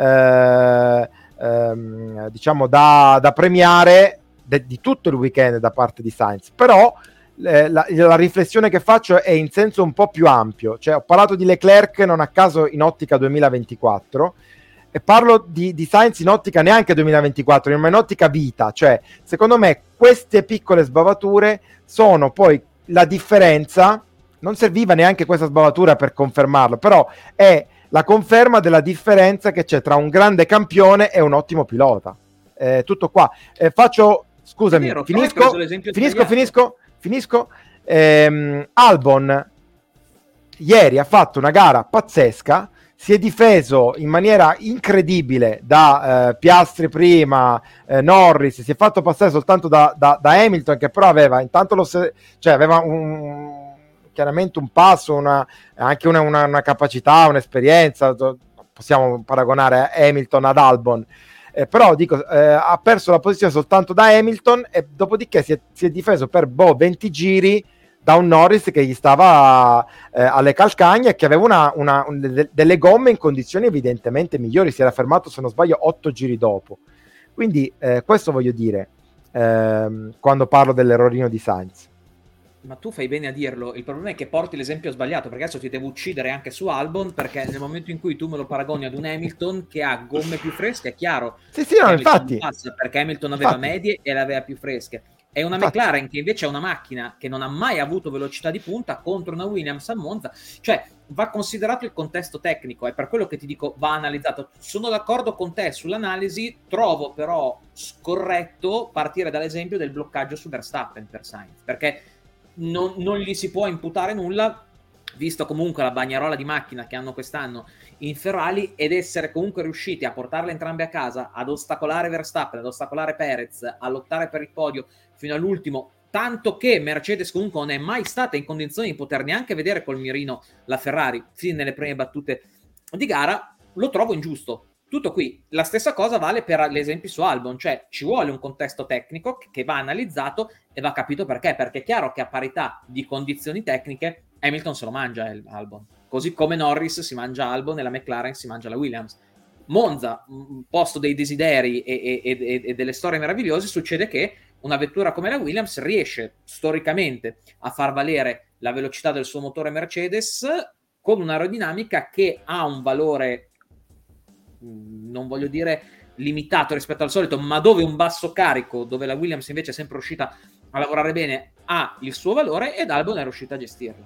eh, ehm, diciamo da, da premiare de, di tutto il weekend da parte di Sainz, però eh, la, la riflessione che faccio è in senso un po' più ampio, cioè ho parlato di Leclerc non a caso in ottica duemilaventiquattro e parlo di, di Sainz in ottica neanche duemilaventiquattro, ma in ottica vita, cioè secondo me queste piccole sbavature sono poi la differenza. Non serviva neanche questa sbavatura per confermarlo, però è la conferma della differenza che c'è tra un grande campione e un ottimo pilota. Eh, tutto qua. Eh, faccio, scusami, È vero, però hai finisco, preso l'esempio finisco, sbagliato. finisco, finisco. Ehm, Albon ieri ha fatto una gara pazzesca, si è difeso in maniera incredibile da eh, Piastri prima, eh, Norris, si è fatto passare soltanto da, da, da Hamilton, che però aveva intanto lo se- cioè aveva un chiaramente un passo, una, anche una, una, una capacità, un'esperienza, possiamo paragonare Hamilton ad Albon, eh, però dico, eh, ha perso la posizione soltanto da Hamilton e dopodiché si è, si è difeso per boh, venti giri da un Norris che gli stava eh, alle calcagna e che aveva una, una, un, de, delle gomme in condizioni evidentemente migliori, si era fermato se non sbaglio otto giri dopo, quindi eh, questo voglio dire ehm, quando parlo dell'errorino di Sainz. Ma tu fai bene a dirlo, il problema è che porti l'esempio sbagliato, perché adesso ti devo uccidere anche su Albon, perché nel momento in cui tu me lo paragoni ad un Hamilton che ha gomme più fresche, è chiaro sì, sì, no, che Hamilton infatti, passa, perché Hamilton aveva infatti, medie e le aveva più fresche. È una infatti. McLaren che invece è una macchina che non ha mai avuto velocità di punta contro una Williams a Monza, cioè va considerato il contesto tecnico, è per quello che ti dico va analizzato. Sono d'accordo con te sull'analisi, trovo però scorretto partire dall'esempio del bloccaggio su Verstappen per Sainz, perché Non, non gli si può imputare nulla, visto comunque la bagnarola di macchina che hanno quest'anno in Ferrari, ed essere comunque riusciti a portarle entrambe a casa, ad ostacolare Verstappen, ad ostacolare Perez, a lottare per il podio fino all'ultimo, tanto che Mercedes comunque non è mai stata in condizioni di poter neanche vedere col mirino la Ferrari fin nelle prime battute di gara. Lo trovo ingiusto. Tutto qui. La stessa cosa vale per gli esempi su Albon, cioè ci vuole un contesto tecnico che va analizzato e va capito perché, perché è chiaro che a parità di condizioni tecniche Hamilton se lo mangia Albon, così come Norris si mangia Albon e la McLaren si mangia la Williams. Monza, posto dei desideri e, e, e, e delle storie meravigliose, succede che una vettura come la Williams riesce storicamente a far valere la velocità del suo motore Mercedes con un'aerodinamica che ha un valore, non voglio dire limitato rispetto al solito, ma dove un basso carico, dove la Williams invece è sempre riuscita a lavorare bene, ha il suo valore, ed Albon è riuscita a gestirlo.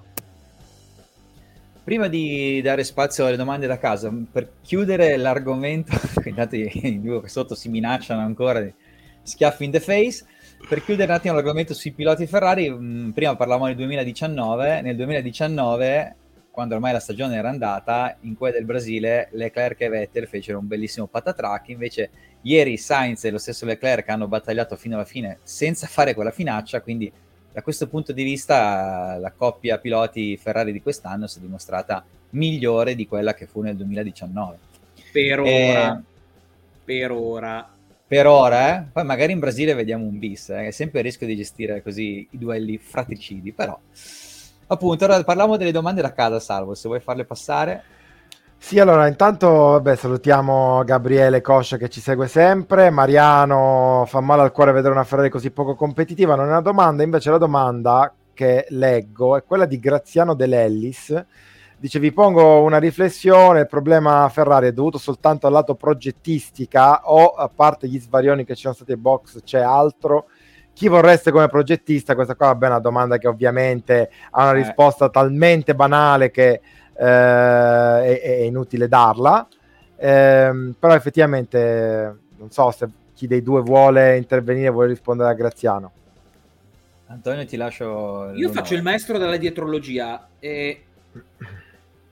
Prima di dare spazio alle domande da casa, per chiudere l'argomento, intanto i due che sotto si minacciano ancora di schiaffi in the face, per chiudere un attimo l'argomento sui piloti Ferrari, mh, prima parlavamo del duemiladiciannove, nel duemiladiciannove, quando ormai la stagione era andata, in quella del Brasile Leclerc e Vettel fecero un bellissimo patatrack, invece ieri Sainz e lo stesso Leclerc hanno battagliato fino alla fine senza fare quella finaccia, quindi da questo punto di vista la coppia piloti Ferrari di quest'anno si è dimostrata migliore di quella che fu nel duemiladiciannove. Per E... ora, per ora. Per ora, eh? Poi magari in Brasile vediamo un bis, eh? È sempre il rischio di gestire così i duelli fratricidi, però... Appunto, ora parliamo delle domande da casa, Salvo, se vuoi farle passare. Sì, allora intanto vabbè, salutiamo Gabriele Coscia che ci segue sempre. Mariano, fa male al cuore vedere una Ferrari così poco competitiva, non è una domanda, invece la domanda che leggo è quella di Graziano Dell'Ellis. Dice: vi pongo una riflessione, il problema Ferrari è dovuto soltanto al lato progettistica o, a parte gli svarioni che ci sono stati ai box, c'è altro? Chi vorreste come progettista? Questa qua è una domanda che ovviamente ha una risposta eh. talmente banale che eh, è, è inutile darla, eh, però effettivamente non so se chi dei due vuole intervenire, vuole rispondere a Graziano. Antonio, ti lascio io faccio il maestro della dietrologia e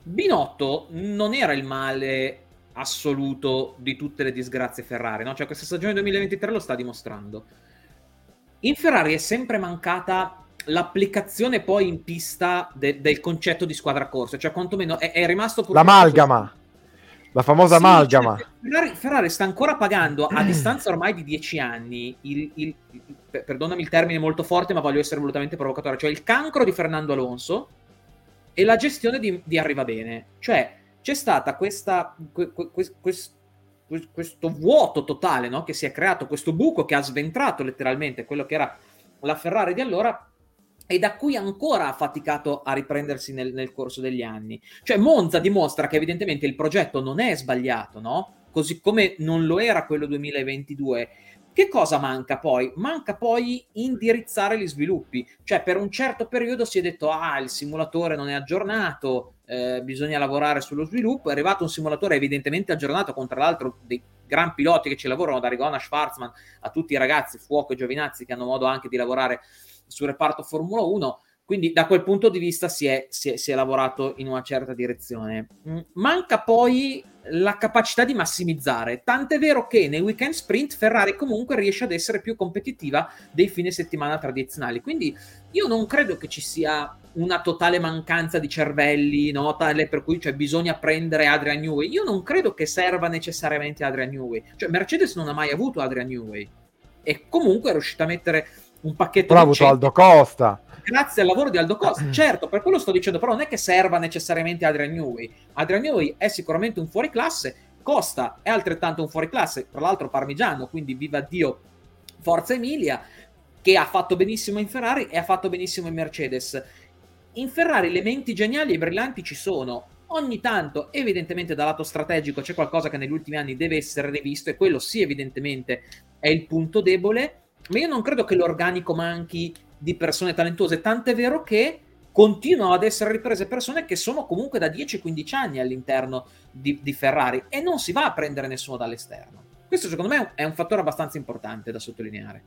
Binotto non era il male assoluto di tutte le disgrazie Ferrari, no? Cioè questa stagione duemilaventitré lo sta dimostrando. In Ferrari è sempre mancata l'applicazione poi in pista de- del concetto di squadra corsa, cioè quantomeno è, è rimasto purtroppo l'amalgama, la famosa sì, amalgama. Cioè, Ferrari, Ferrari sta ancora pagando a distanza ormai di dieci anni il, il, il, perdonami il termine molto forte, ma voglio essere volutamente provocatore, cioè il cancro di Fernando Alonso e la gestione di, di Arrivabene. Cioè c'è stata questa que, que, questo, questo vuoto totale, no? Che si è creato, questo buco che ha sventrato letteralmente quello che era la Ferrari di allora, e da cui ancora ha faticato a riprendersi nel, nel corso degli anni. Cioè Monza dimostra che evidentemente il progetto non è sbagliato, no? Così come non lo era quello duemilaventidue. Che cosa manca poi? Manca poi indirizzare gli sviluppi. Cioè per un certo periodo si è detto ah, il simulatore non è aggiornato, eh, bisogna lavorare sullo sviluppo. È arrivato un simulatore evidentemente aggiornato con tra l'altro dei gran piloti che ci lavorano, da Rigona a Schwarzman a tutti i ragazzi Fuoco e Giovinazzi che hanno modo anche di lavorare sul reparto Formula uno, quindi da quel punto di vista si è, si è, si è lavorato in una certa direzione. Manca poi la capacità di massimizzare, tant'è vero che nei weekend sprint Ferrari comunque riesce ad essere più competitiva dei fine settimana tradizionali, quindi io non credo che ci sia una totale mancanza di cervelli, no, tale per cui cioè, bisogna prendere Adrian Newey. Io non credo che serva necessariamente Adrian Newey, cioè Mercedes non ha mai avuto Adrian Newey e comunque è riuscita a mettere un pacchetto però ha avuto Aldo Costa grazie al lavoro di Aldo Costa, certo, per quello sto dicendo, però non è che serva necessariamente Adrian Newey. Adrian Newey è sicuramente un fuoriclasse, Costa è altrettanto un fuoriclasse, tra l'altro parmigiano, quindi viva Dio, forza Emilia, che ha fatto benissimo in Ferrari e ha fatto benissimo in Mercedes. In Ferrari le menti geniali e brillanti ci sono, ogni tanto evidentemente dal lato strategico c'è qualcosa che negli ultimi anni deve essere rivisto e quello sì evidentemente è il punto debole, ma io non credo che l'organico manchi di persone talentuose, tant'è vero che continuano ad essere riprese persone che sono comunque da dieci quindici anni all'interno di, di Ferrari e non si va a prendere nessuno dall'esterno. Questo secondo me è un fattore abbastanza importante da sottolineare.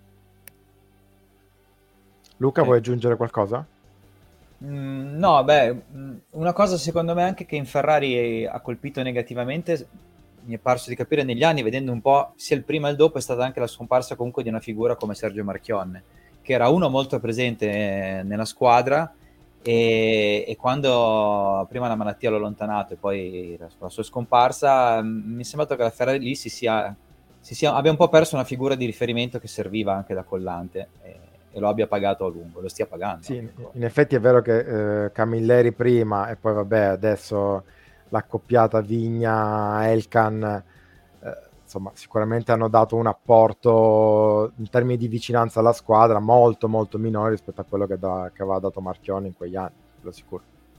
Luca, eh. vuoi aggiungere qualcosa? Mm, no, beh, una cosa secondo me anche che in Ferrari ha colpito negativamente, mi è parso di capire negli anni, vedendo un po' sia il prima e il dopo, è stata anche la scomparsa comunque di una figura come Sergio Marchionne, che era uno molto presente nella squadra e, e quando prima la malattia l'ho allontanato e poi la, la sua scomparsa, mi è sembrato che la Ferrari lì si sia, si sia abbia un po' perso una figura di riferimento che serviva anche da collante e, e lo abbia pagato a lungo, lo stia pagando. Sì, in effetti è vero che eh, Camilleri prima e poi vabbè adesso l'accoppiata Vigna-Elkan eh, insomma sicuramente hanno dato un apporto in termini di vicinanza alla squadra molto molto minore rispetto a quello che, da, che aveva dato Marchionni in quegli anni, lo sicuro.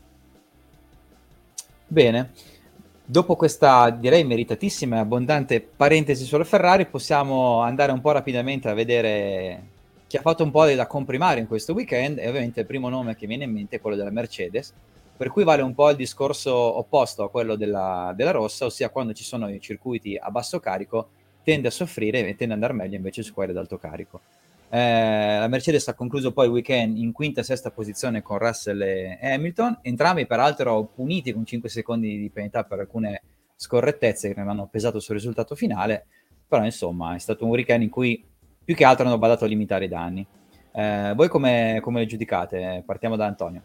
Bene, dopo questa direi meritatissima e abbondante parentesi sulle Ferrari possiamo andare un po' rapidamente a vedere chi ha fatto un po' da comprimare in questo weekend e ovviamente il primo nome che viene in mente è quello della Mercedes, per cui vale un po' il discorso opposto a quello della, della rossa, ossia quando ci sono i circuiti a basso carico tende a soffrire e tende ad andare meglio invece su quelli ad alto carico. Eh, la Mercedes ha concluso poi il weekend in quinta e sesta posizione con Russell e Hamilton, entrambi peraltro puniti con cinque secondi di penalità per alcune scorrettezze che non hanno pesato sul risultato finale, però insomma è stato un weekend in cui più che altro hanno badato a limitare i danni. Eh, voi come, come le giudicate? Partiamo da Antonio.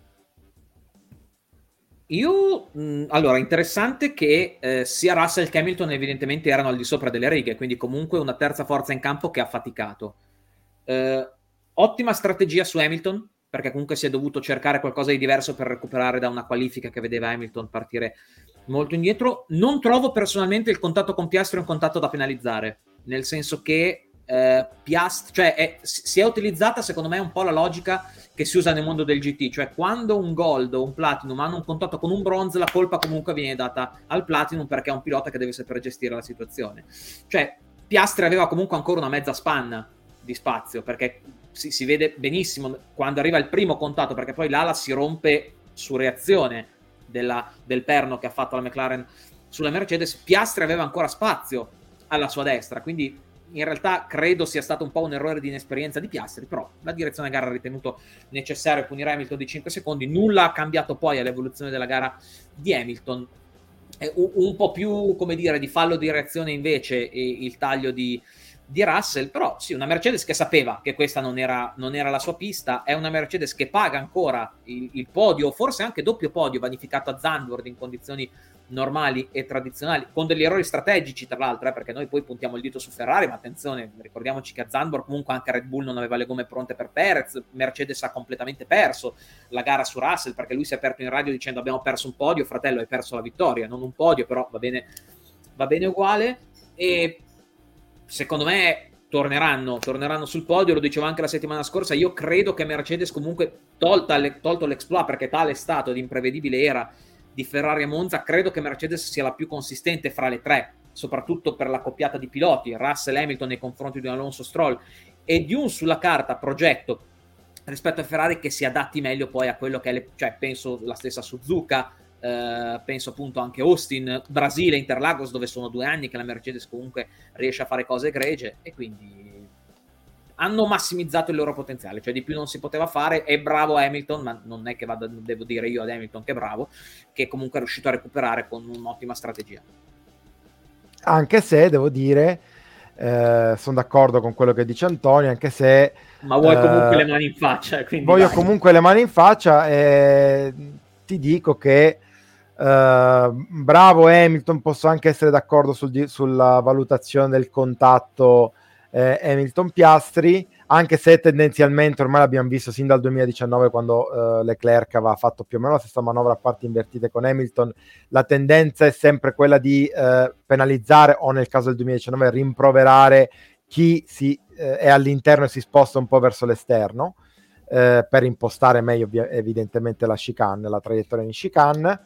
Io, mh, allora, interessante che eh, sia Russell che Hamilton evidentemente erano al di sopra delle righe, quindi comunque una terza forza in campo che ha faticato. Eh, ottima strategia su Hamilton, perché comunque si è dovuto cercare qualcosa di diverso per recuperare da una qualifica che vedeva Hamilton partire molto indietro. Non trovo personalmente il contatto con Piastri un contatto da penalizzare, nel senso che eh, Piastri, cioè è, si è utilizzata secondo me un po' la logica che si usa nel mondo del G T, cioè quando un gold o un platinum hanno un contatto con un bronze, la colpa comunque viene data al platinum perché è un pilota che deve sapere gestire la situazione. Cioè Piastri aveva comunque ancora una mezza spanna di spazio, perché si, si vede benissimo quando arriva il primo contatto, perché poi l'ala si rompe su reazione della, del perno che ha fatto la McLaren sulla Mercedes. Piastri aveva ancora spazio alla sua destra, quindi in realtà credo sia stato un po' un errore di inesperienza di Piastri, però la direzione gara ha ritenuto necessario punire Hamilton di cinque secondi, nulla ha cambiato poi all'evoluzione della gara di Hamilton. Un, un po' più, come dire, di fallo di reazione invece e il taglio di, di Russell, però sì, una Mercedes che sapeva che questa non era, non era la sua pista, è una Mercedes che paga ancora il, il podio, forse anche doppio podio vanificato a Zandvoort in condizioni normali e tradizionali, con degli errori strategici tra l'altro, eh, perché noi poi puntiamo il dito su Ferrari, ma attenzione, ricordiamoci che a Zandvoort comunque anche Red Bull non aveva le gomme pronte per Perez, Mercedes ha completamente perso la gara su Russell, perché lui si è aperto in radio dicendo abbiamo perso un podio, fratello, hai perso la vittoria, non un podio, però va bene, va bene uguale. E secondo me torneranno, torneranno sul podio, lo dicevo anche la settimana scorsa, io credo che Mercedes comunque, tolta le, tolto l'exploit, perché tale stato di imprevedibile era di Ferrari e Monza, credo che Mercedes sia la più consistente fra le tre, soprattutto per la coppiata di piloti, Russell, Hamilton nei confronti di un Alonso, Stroll, e di un sulla carta progetto rispetto a Ferrari che si adatti meglio poi a quello che è, le, cioè penso la stessa Suzuka, eh, penso appunto anche Austin, Brasile, Interlagos, dove sono due anni che la Mercedes comunque riesce a fare cose egregie, e quindi hanno massimizzato il loro potenziale, cioè di più non si poteva fare. È bravo Hamilton, ma non è che vada, devo dire io ad Hamilton che è bravo, che comunque è riuscito a recuperare con un'ottima strategia. Anche se devo dire, eh, sono d'accordo con quello che dice Antonio, anche se ma vuoi eh, comunque le mani in faccia, quindi voglio dai. comunque le mani in faccia, e ti dico che Uh, bravo Hamilton, posso anche essere d'accordo sul, sulla valutazione del contatto eh, Hamilton-Piastri, anche se tendenzialmente ormai l'abbiamo visto sin dal duemiladiciannove, quando uh, Leclerc aveva fatto più o meno la stessa manovra a parti invertite con Hamilton. La tendenza è sempre quella di uh, penalizzare, o nel caso del duemiladiciannove rimproverare chi si, uh, è all'interno e si sposta un po' verso l'esterno, uh, per impostare meglio evidentemente la chicane, la traiettoria in chicane.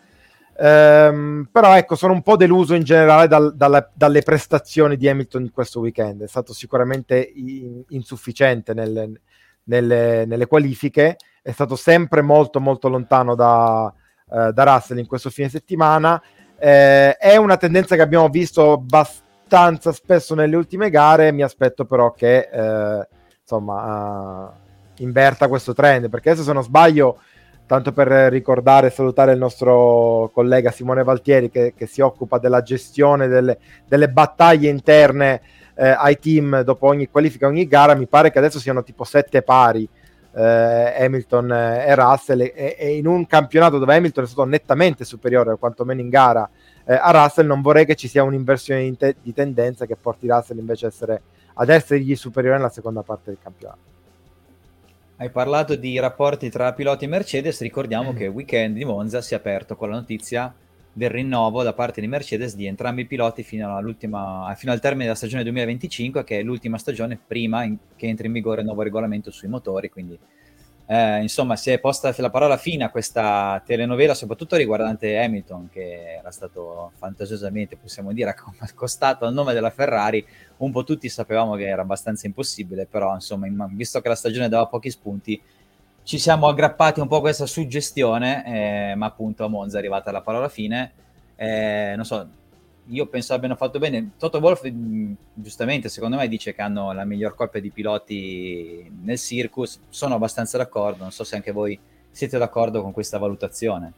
Um, però ecco, sono un po' deluso in generale dal, dalla, dalle prestazioni di Hamilton in questo weekend. È stato sicuramente in, insufficiente nelle, nelle, nelle qualifiche, è stato sempre molto molto lontano da, uh, da Russell in questo fine settimana. Eh, è una tendenza che abbiamo visto abbastanza spesso nelle ultime gare. Mi aspetto però che uh, insomma uh, inverta questo trend, perché adesso, se non sbaglio, tanto per ricordare e salutare il nostro collega Simone Valtieri, che, che si occupa della gestione delle, delle battaglie interne eh, ai team dopo ogni qualifica, ogni gara, mi pare che adesso siano tipo sette pari eh, Hamilton e Russell, e, e in un campionato dove Hamilton è stato nettamente superiore, quantomeno in gara, eh, a Russell, non vorrei che ci sia un'inversione di, te- di tendenza che porti Russell invece a essere, ad essergli superiore nella seconda parte del campionato. Hai parlato di rapporti tra piloti e Mercedes, ricordiamo che il weekend di Monza si è aperto con la notizia del rinnovo da parte di Mercedes di entrambi i piloti fino, all'ultima, fino al termine della stagione duemilaventicinque, che è l'ultima stagione prima in, che entri in vigore il nuovo regolamento sui motori, quindi eh, insomma si è posta la parola fine a questa telenovela, soprattutto riguardante Hamilton, che era stato fantasiosamente, possiamo dire, accostato al nome della Ferrari. Un po' tutti sapevamo che era abbastanza impossibile, però insomma, visto che la stagione dava pochi spunti, ci siamo aggrappati un po' a questa suggestione, eh, ma appunto a Monza è arrivata la parola fine. Eh, non so, io penso abbiano fatto bene. Toto Wolff, giustamente, secondo me dice che hanno la miglior coppia di piloti nel circus. Sono abbastanza d'accordo, non so se anche voi siete d'accordo con questa valutazione.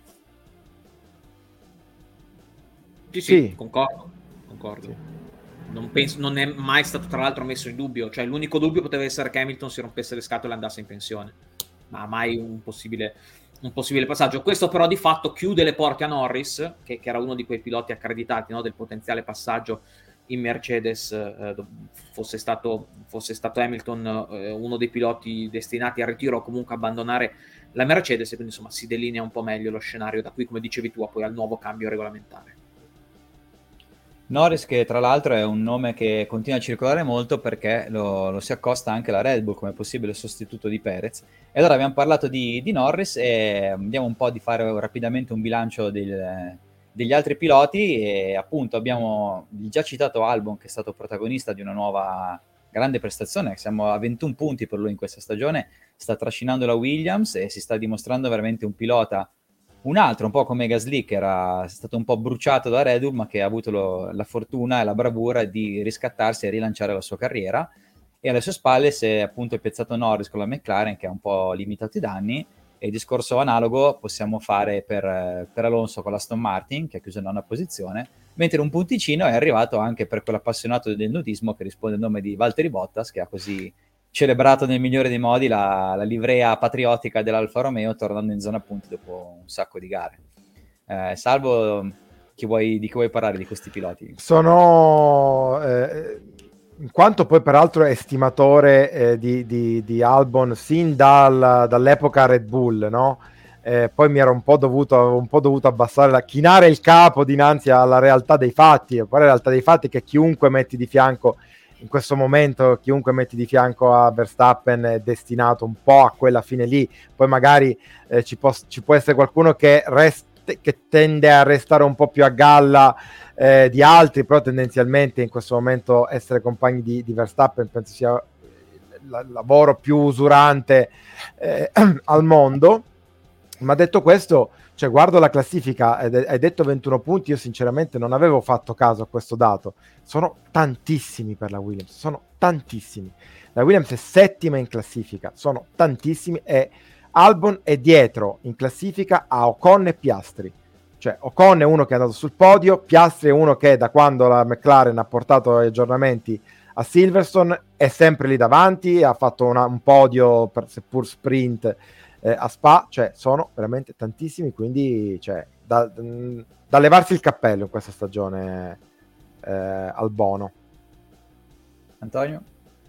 Sì, sì, sì. concordo, concordo. Sì. Non, penso, non è mai stato tra l'altro messo in dubbio, cioè l'unico dubbio poteva essere che Hamilton si rompesse le scatole e andasse in pensione, ma mai un possibile, un possibile passaggio. Questo però di fatto chiude le porte a Norris, che, che era uno di quei piloti accreditati, no, del potenziale passaggio in Mercedes, eh, fosse, stato, fosse stato Hamilton eh, uno dei piloti destinati al ritiro o comunque abbandonare la Mercedes, e quindi insomma si delinea un po' meglio lo scenario da qui, come dicevi tu, poi al nuovo cambio regolamentare. Norris, che tra l'altro è un nome che continua a circolare molto, perché lo, lo si accosta anche alla Red Bull come possibile sostituto di Perez. E allora abbiamo parlato di, di Norris e andiamo un po' di fare rapidamente un bilancio del, degli altri piloti. E appunto abbiamo il già citato Albon, che è stato protagonista di una nuova grande prestazione. Siamo a ventuno punti per lui in questa stagione, sta trascinando la Williams e si sta dimostrando veramente un pilota Un altro, un po' come Gasly, che era stato un po' bruciato da Red Bull, ma che ha avuto lo, la fortuna e la bravura di riscattarsi e rilanciare la sua carriera, e alle sue spalle si è appunto piazzato Norris con la McLaren, che ha un po' limitato i danni, e il discorso analogo possiamo fare per, per Alonso con l'Aston Martin, che ha chiuso in nona posizione, mentre un punticino è arrivato anche per quell'appassionato del nudismo che risponde al nome di Valtteri Bottas, che ha così celebrato nel migliore dei modi la, la livrea patriottica dell'Alfa Romeo, tornando in zona punti dopo un sacco di gare. Eh, Salvo, chi vuoi, di chi vuoi parlare di questi piloti? Sono, eh, in quanto poi peraltro estimatore eh, di, di, di Albon sin dal, dall'epoca Red Bull, no? Eh, poi mi ero un po' dovuto, un po' dovuto abbassare, la, chinare il capo dinanzi alla realtà dei fatti. Poi la realtà dei fatti è che chiunque metti di fianco in questo momento, chiunque metti di fianco a Verstappen è destinato un po' a quella fine lì. Poi magari eh, ci, può, ci può essere qualcuno che, rest, che tende a restare un po' più a galla eh, di altri, però tendenzialmente in questo momento essere compagni di, di Verstappen penso sia il lavoro più usurante eh, al mondo. Ma detto questo, cioè guardo la classifica, hai detto ventuno punti, io sinceramente non avevo fatto caso a questo dato, sono tantissimi per la Williams, sono tantissimi. La Williams è settima in classifica, sono tantissimi, e Albon è dietro in classifica a Ocon e Piastri. Cioè Ocon è uno che è andato sul podio, Piastri è uno che da quando la McLaren ha portato aggiornamenti a Silverstone è sempre lì davanti, ha fatto una, un podio per, seppur sprint eh, a Spa, cioè sono veramente tantissimi, quindi cioè, da, da levarsi il cappello in questa stagione eh, al Bono. Antonio?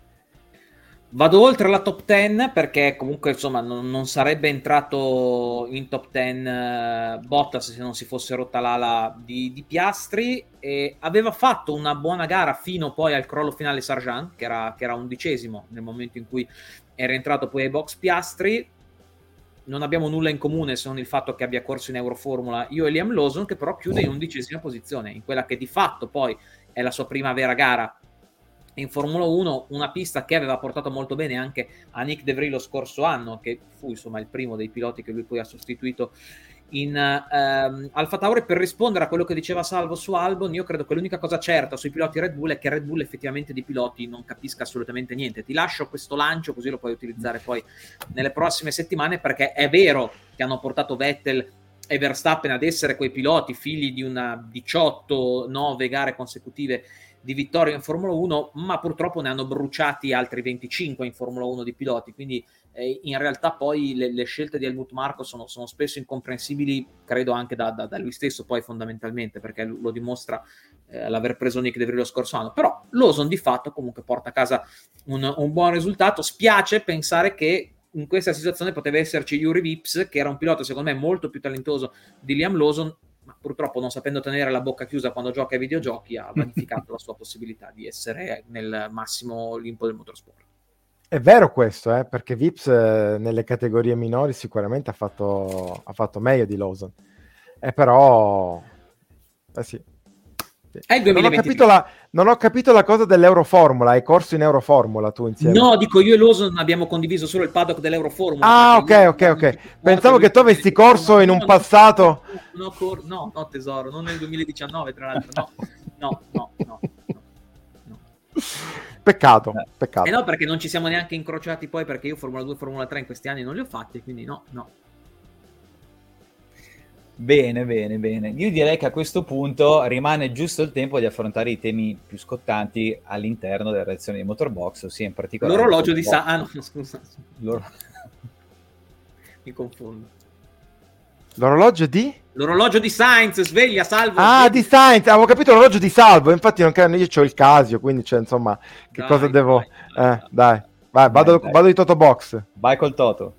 Vado oltre la top dieci perché comunque insomma non, non sarebbe entrato in top dieci uh, Bottas se non si fosse rotta l'ala di, di Piastri, e aveva fatto una buona gara fino poi al crollo finale Sargent, che era, che era undicesimo nel momento in cui era entrato poi ai box Piastri. Non abbiamo nulla in comune se non il fatto che abbia corso in Euroformula io e Liam Lawson, che però chiude in undicesima posizione in quella che di fatto poi è la sua prima vera gara in Formula uno, una pista che aveva portato molto bene anche a Nick De Vries lo scorso anno, che fu insomma il primo dei piloti che lui poi ha sostituito in ehm, Alfa Tauri. Per rispondere a quello che diceva Salvo su Albon, io credo che l'unica cosa certa sui piloti Red Bull è che Red Bull effettivamente di piloti non capisca assolutamente niente. Ti lascio questo lancio così lo puoi utilizzare poi nelle prossime settimane, perché è vero che hanno portato Vettel e Verstappen ad essere quei piloti figli di una diciotto nove gare consecutive di vittoria in Formula uno, ma purtroppo ne hanno bruciati altri venticinque in Formula uno di piloti, quindi eh, in realtà poi le, le scelte di Helmut Marko sono, sono spesso incomprensibili, credo anche da, da, da lui stesso poi fondamentalmente, perché lo dimostra eh, l'aver preso Nick De Vries lo scorso anno. Però Lawson di fatto comunque porta a casa un, un buon risultato. Spiace pensare che in questa situazione poteva esserci Yuri Vips, che era un pilota secondo me molto più talentoso di Liam Lawson, ma purtroppo non sapendo tenere la bocca chiusa quando gioca ai videogiochi ha vanificato la sua possibilità di essere nel massimo Olimpo del motorsport. È vero questo, eh, perché Vips eh, nelle categorie minori sicuramente ha fatto, ha fatto meglio di Lawson, eh, però eh sì. È il non, ho capito la, non ho capito la cosa dell'Euroformula. Hai corso in Euroformula tu insieme? No, dico, io e Lawson abbiamo condiviso solo il paddock dell'Euroformula. Ah, ok, ok, ok. Pensavo che tu avessi corso in un passato. No, no, no, no, no, tesoro, non nel duemiladiciannove, tra l'altro. No, no, no, no. no. Peccato, peccato. Eh no, perché non ci siamo neanche incrociati poi, perché io Formula due e Formula tre in questi anni non li ho fatti, quindi no, no. Bene, bene, bene. Io direi che a questo punto rimane giusto il tempo di affrontare i temi più scottanti all'interno della reazione di Motorbox, ossia in particolare l'orologio di Sa... Ah no, scusa. L'or... Mi confondo. L'orologio di? L'orologio di Sainz, sveglia, Salvo. Ah, sveglia. di Sainz, avevo capito l'orologio di Salvo, infatti non credo, io c'ho il Casio, quindi c'è, insomma, che Dai, cosa devo... dai, eh, dai, vai, vado, dai. vado di Toto Box. Vai col Toto.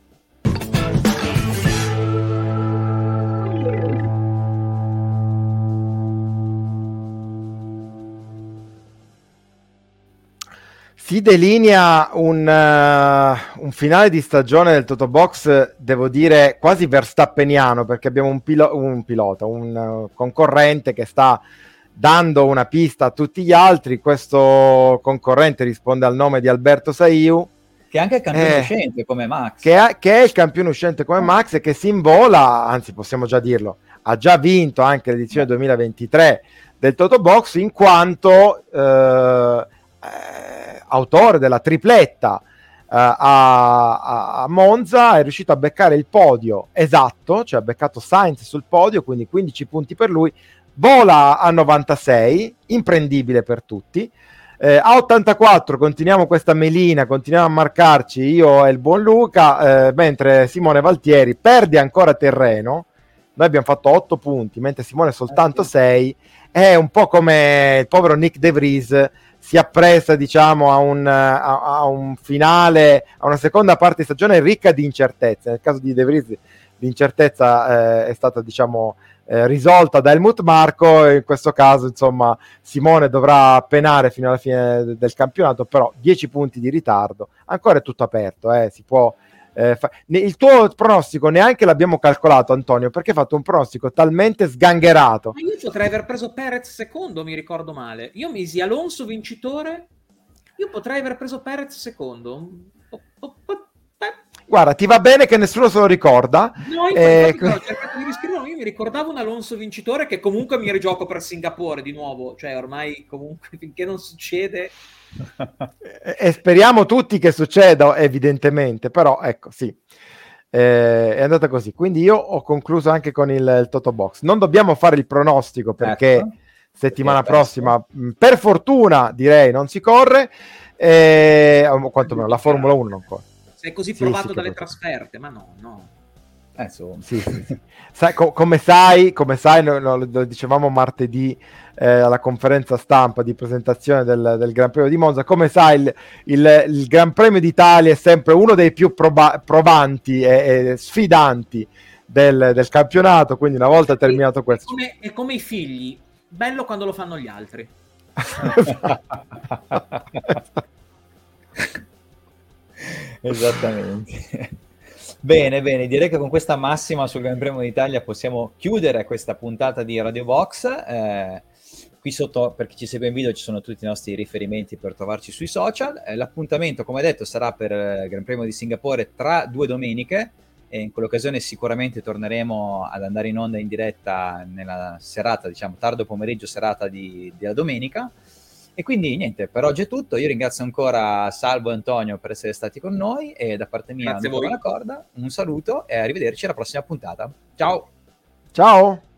Si delinea un, uh, un finale di stagione del Toto Box, devo dire, quasi verstappeniano, perché abbiamo un, pilo- un pilota, un uh, concorrente che sta dando una pista a tutti gli altri. Questo concorrente risponde al nome di Alberto Saiu, che è anche il campione Eh, uscente come Max. Che è, che è il campione uscente come Max e che si invola, anzi possiamo già dirlo, ha già vinto anche l'edizione duemilaventitré del Totobox in quanto eh, eh, autore della tripletta eh, a, a Monza, è riuscito a beccare il podio esatto, cioè ha beccato Sainz sul podio, quindi quindici punti per lui, vola a novantasei, imprendibile per tutti. Eh, a ottantaquattro continuiamo questa melina, continuiamo a marcarci io e il buon Luca, eh, mentre Simone Valtieri perde ancora terreno. Noi abbiamo fatto otto punti, mentre Simone soltanto sei. È un po' come il povero Nick De Vries si appresta, diciamo, a un, a, a un finale, a una seconda parte di stagione ricca di incertezze. Nel caso di De Vries l'incertezza eh, è stata, diciamo, Eh, risolta da Helmut Marko, e in questo caso insomma Simone dovrà penare fino alla fine del campionato, però dieci punti di ritardo, ancora è tutto aperto, eh, si può eh, fa- il tuo pronostico neanche l'abbiamo calcolato, Antonio, perché hai fatto un pronostico talmente sgangherato. Ma io potrei aver preso Perez secondo, mi ricordo male, io misi Alonso vincitore, io potrei aver preso Perez secondo. Po- po- po- Guarda, ti va bene che nessuno se lo ricorda. No, eh, infatti, ho cercato di riscriverlo, io mi ricordavo un Alonso vincitore che comunque mi rigioco per Singapore di nuovo, cioè ormai comunque finché non succede. e, e speriamo tutti che succeda, evidentemente, però ecco, sì, eh, è andata così. Quindi io ho concluso anche con il, il Totobox. Non dobbiamo fare il pronostico perché Ecco, settimana perché prossima, mh, per fortuna direi, non si corre, eh, o quantomeno la Formula uno non corre. Sei così Sì, provato sì, dalle che trasferte, ma no, no. Eh, insomma. Sì, sì, sì. Sai, co- come sai, come sai no, no, lo dicevamo martedì eh, alla conferenza stampa di presentazione del, del Gran Premio di Monza, come sai il, il, il Gran Premio d'Italia è sempre uno dei più proba- provanti e, e sfidanti del, del campionato, quindi una volta terminato È questo... come, è come i figli, bello quando lo fanno gli altri. Esattamente. Bene, bene, direi che con questa massima sul Gran Premio d'Italia possiamo chiudere questa puntata di Radio Box. Eh, qui sotto, per chi ci segue in video, ci sono tutti i nostri riferimenti per trovarci sui social. Eh, l'appuntamento, come detto, sarà per il Gran Premio di Singapore tra due domeniche, e in quell'occasione sicuramente torneremo ad andare in onda in diretta nella serata, diciamo tardo pomeriggio, serata di, della domenica. E quindi niente, per oggi è tutto. Io ringrazio ancora Salvo e Antonio per essere stati con noi, e da parte mia Grazie a Luca voi. Manacorda un saluto e arrivederci alla prossima puntata. Ciao! Ciao!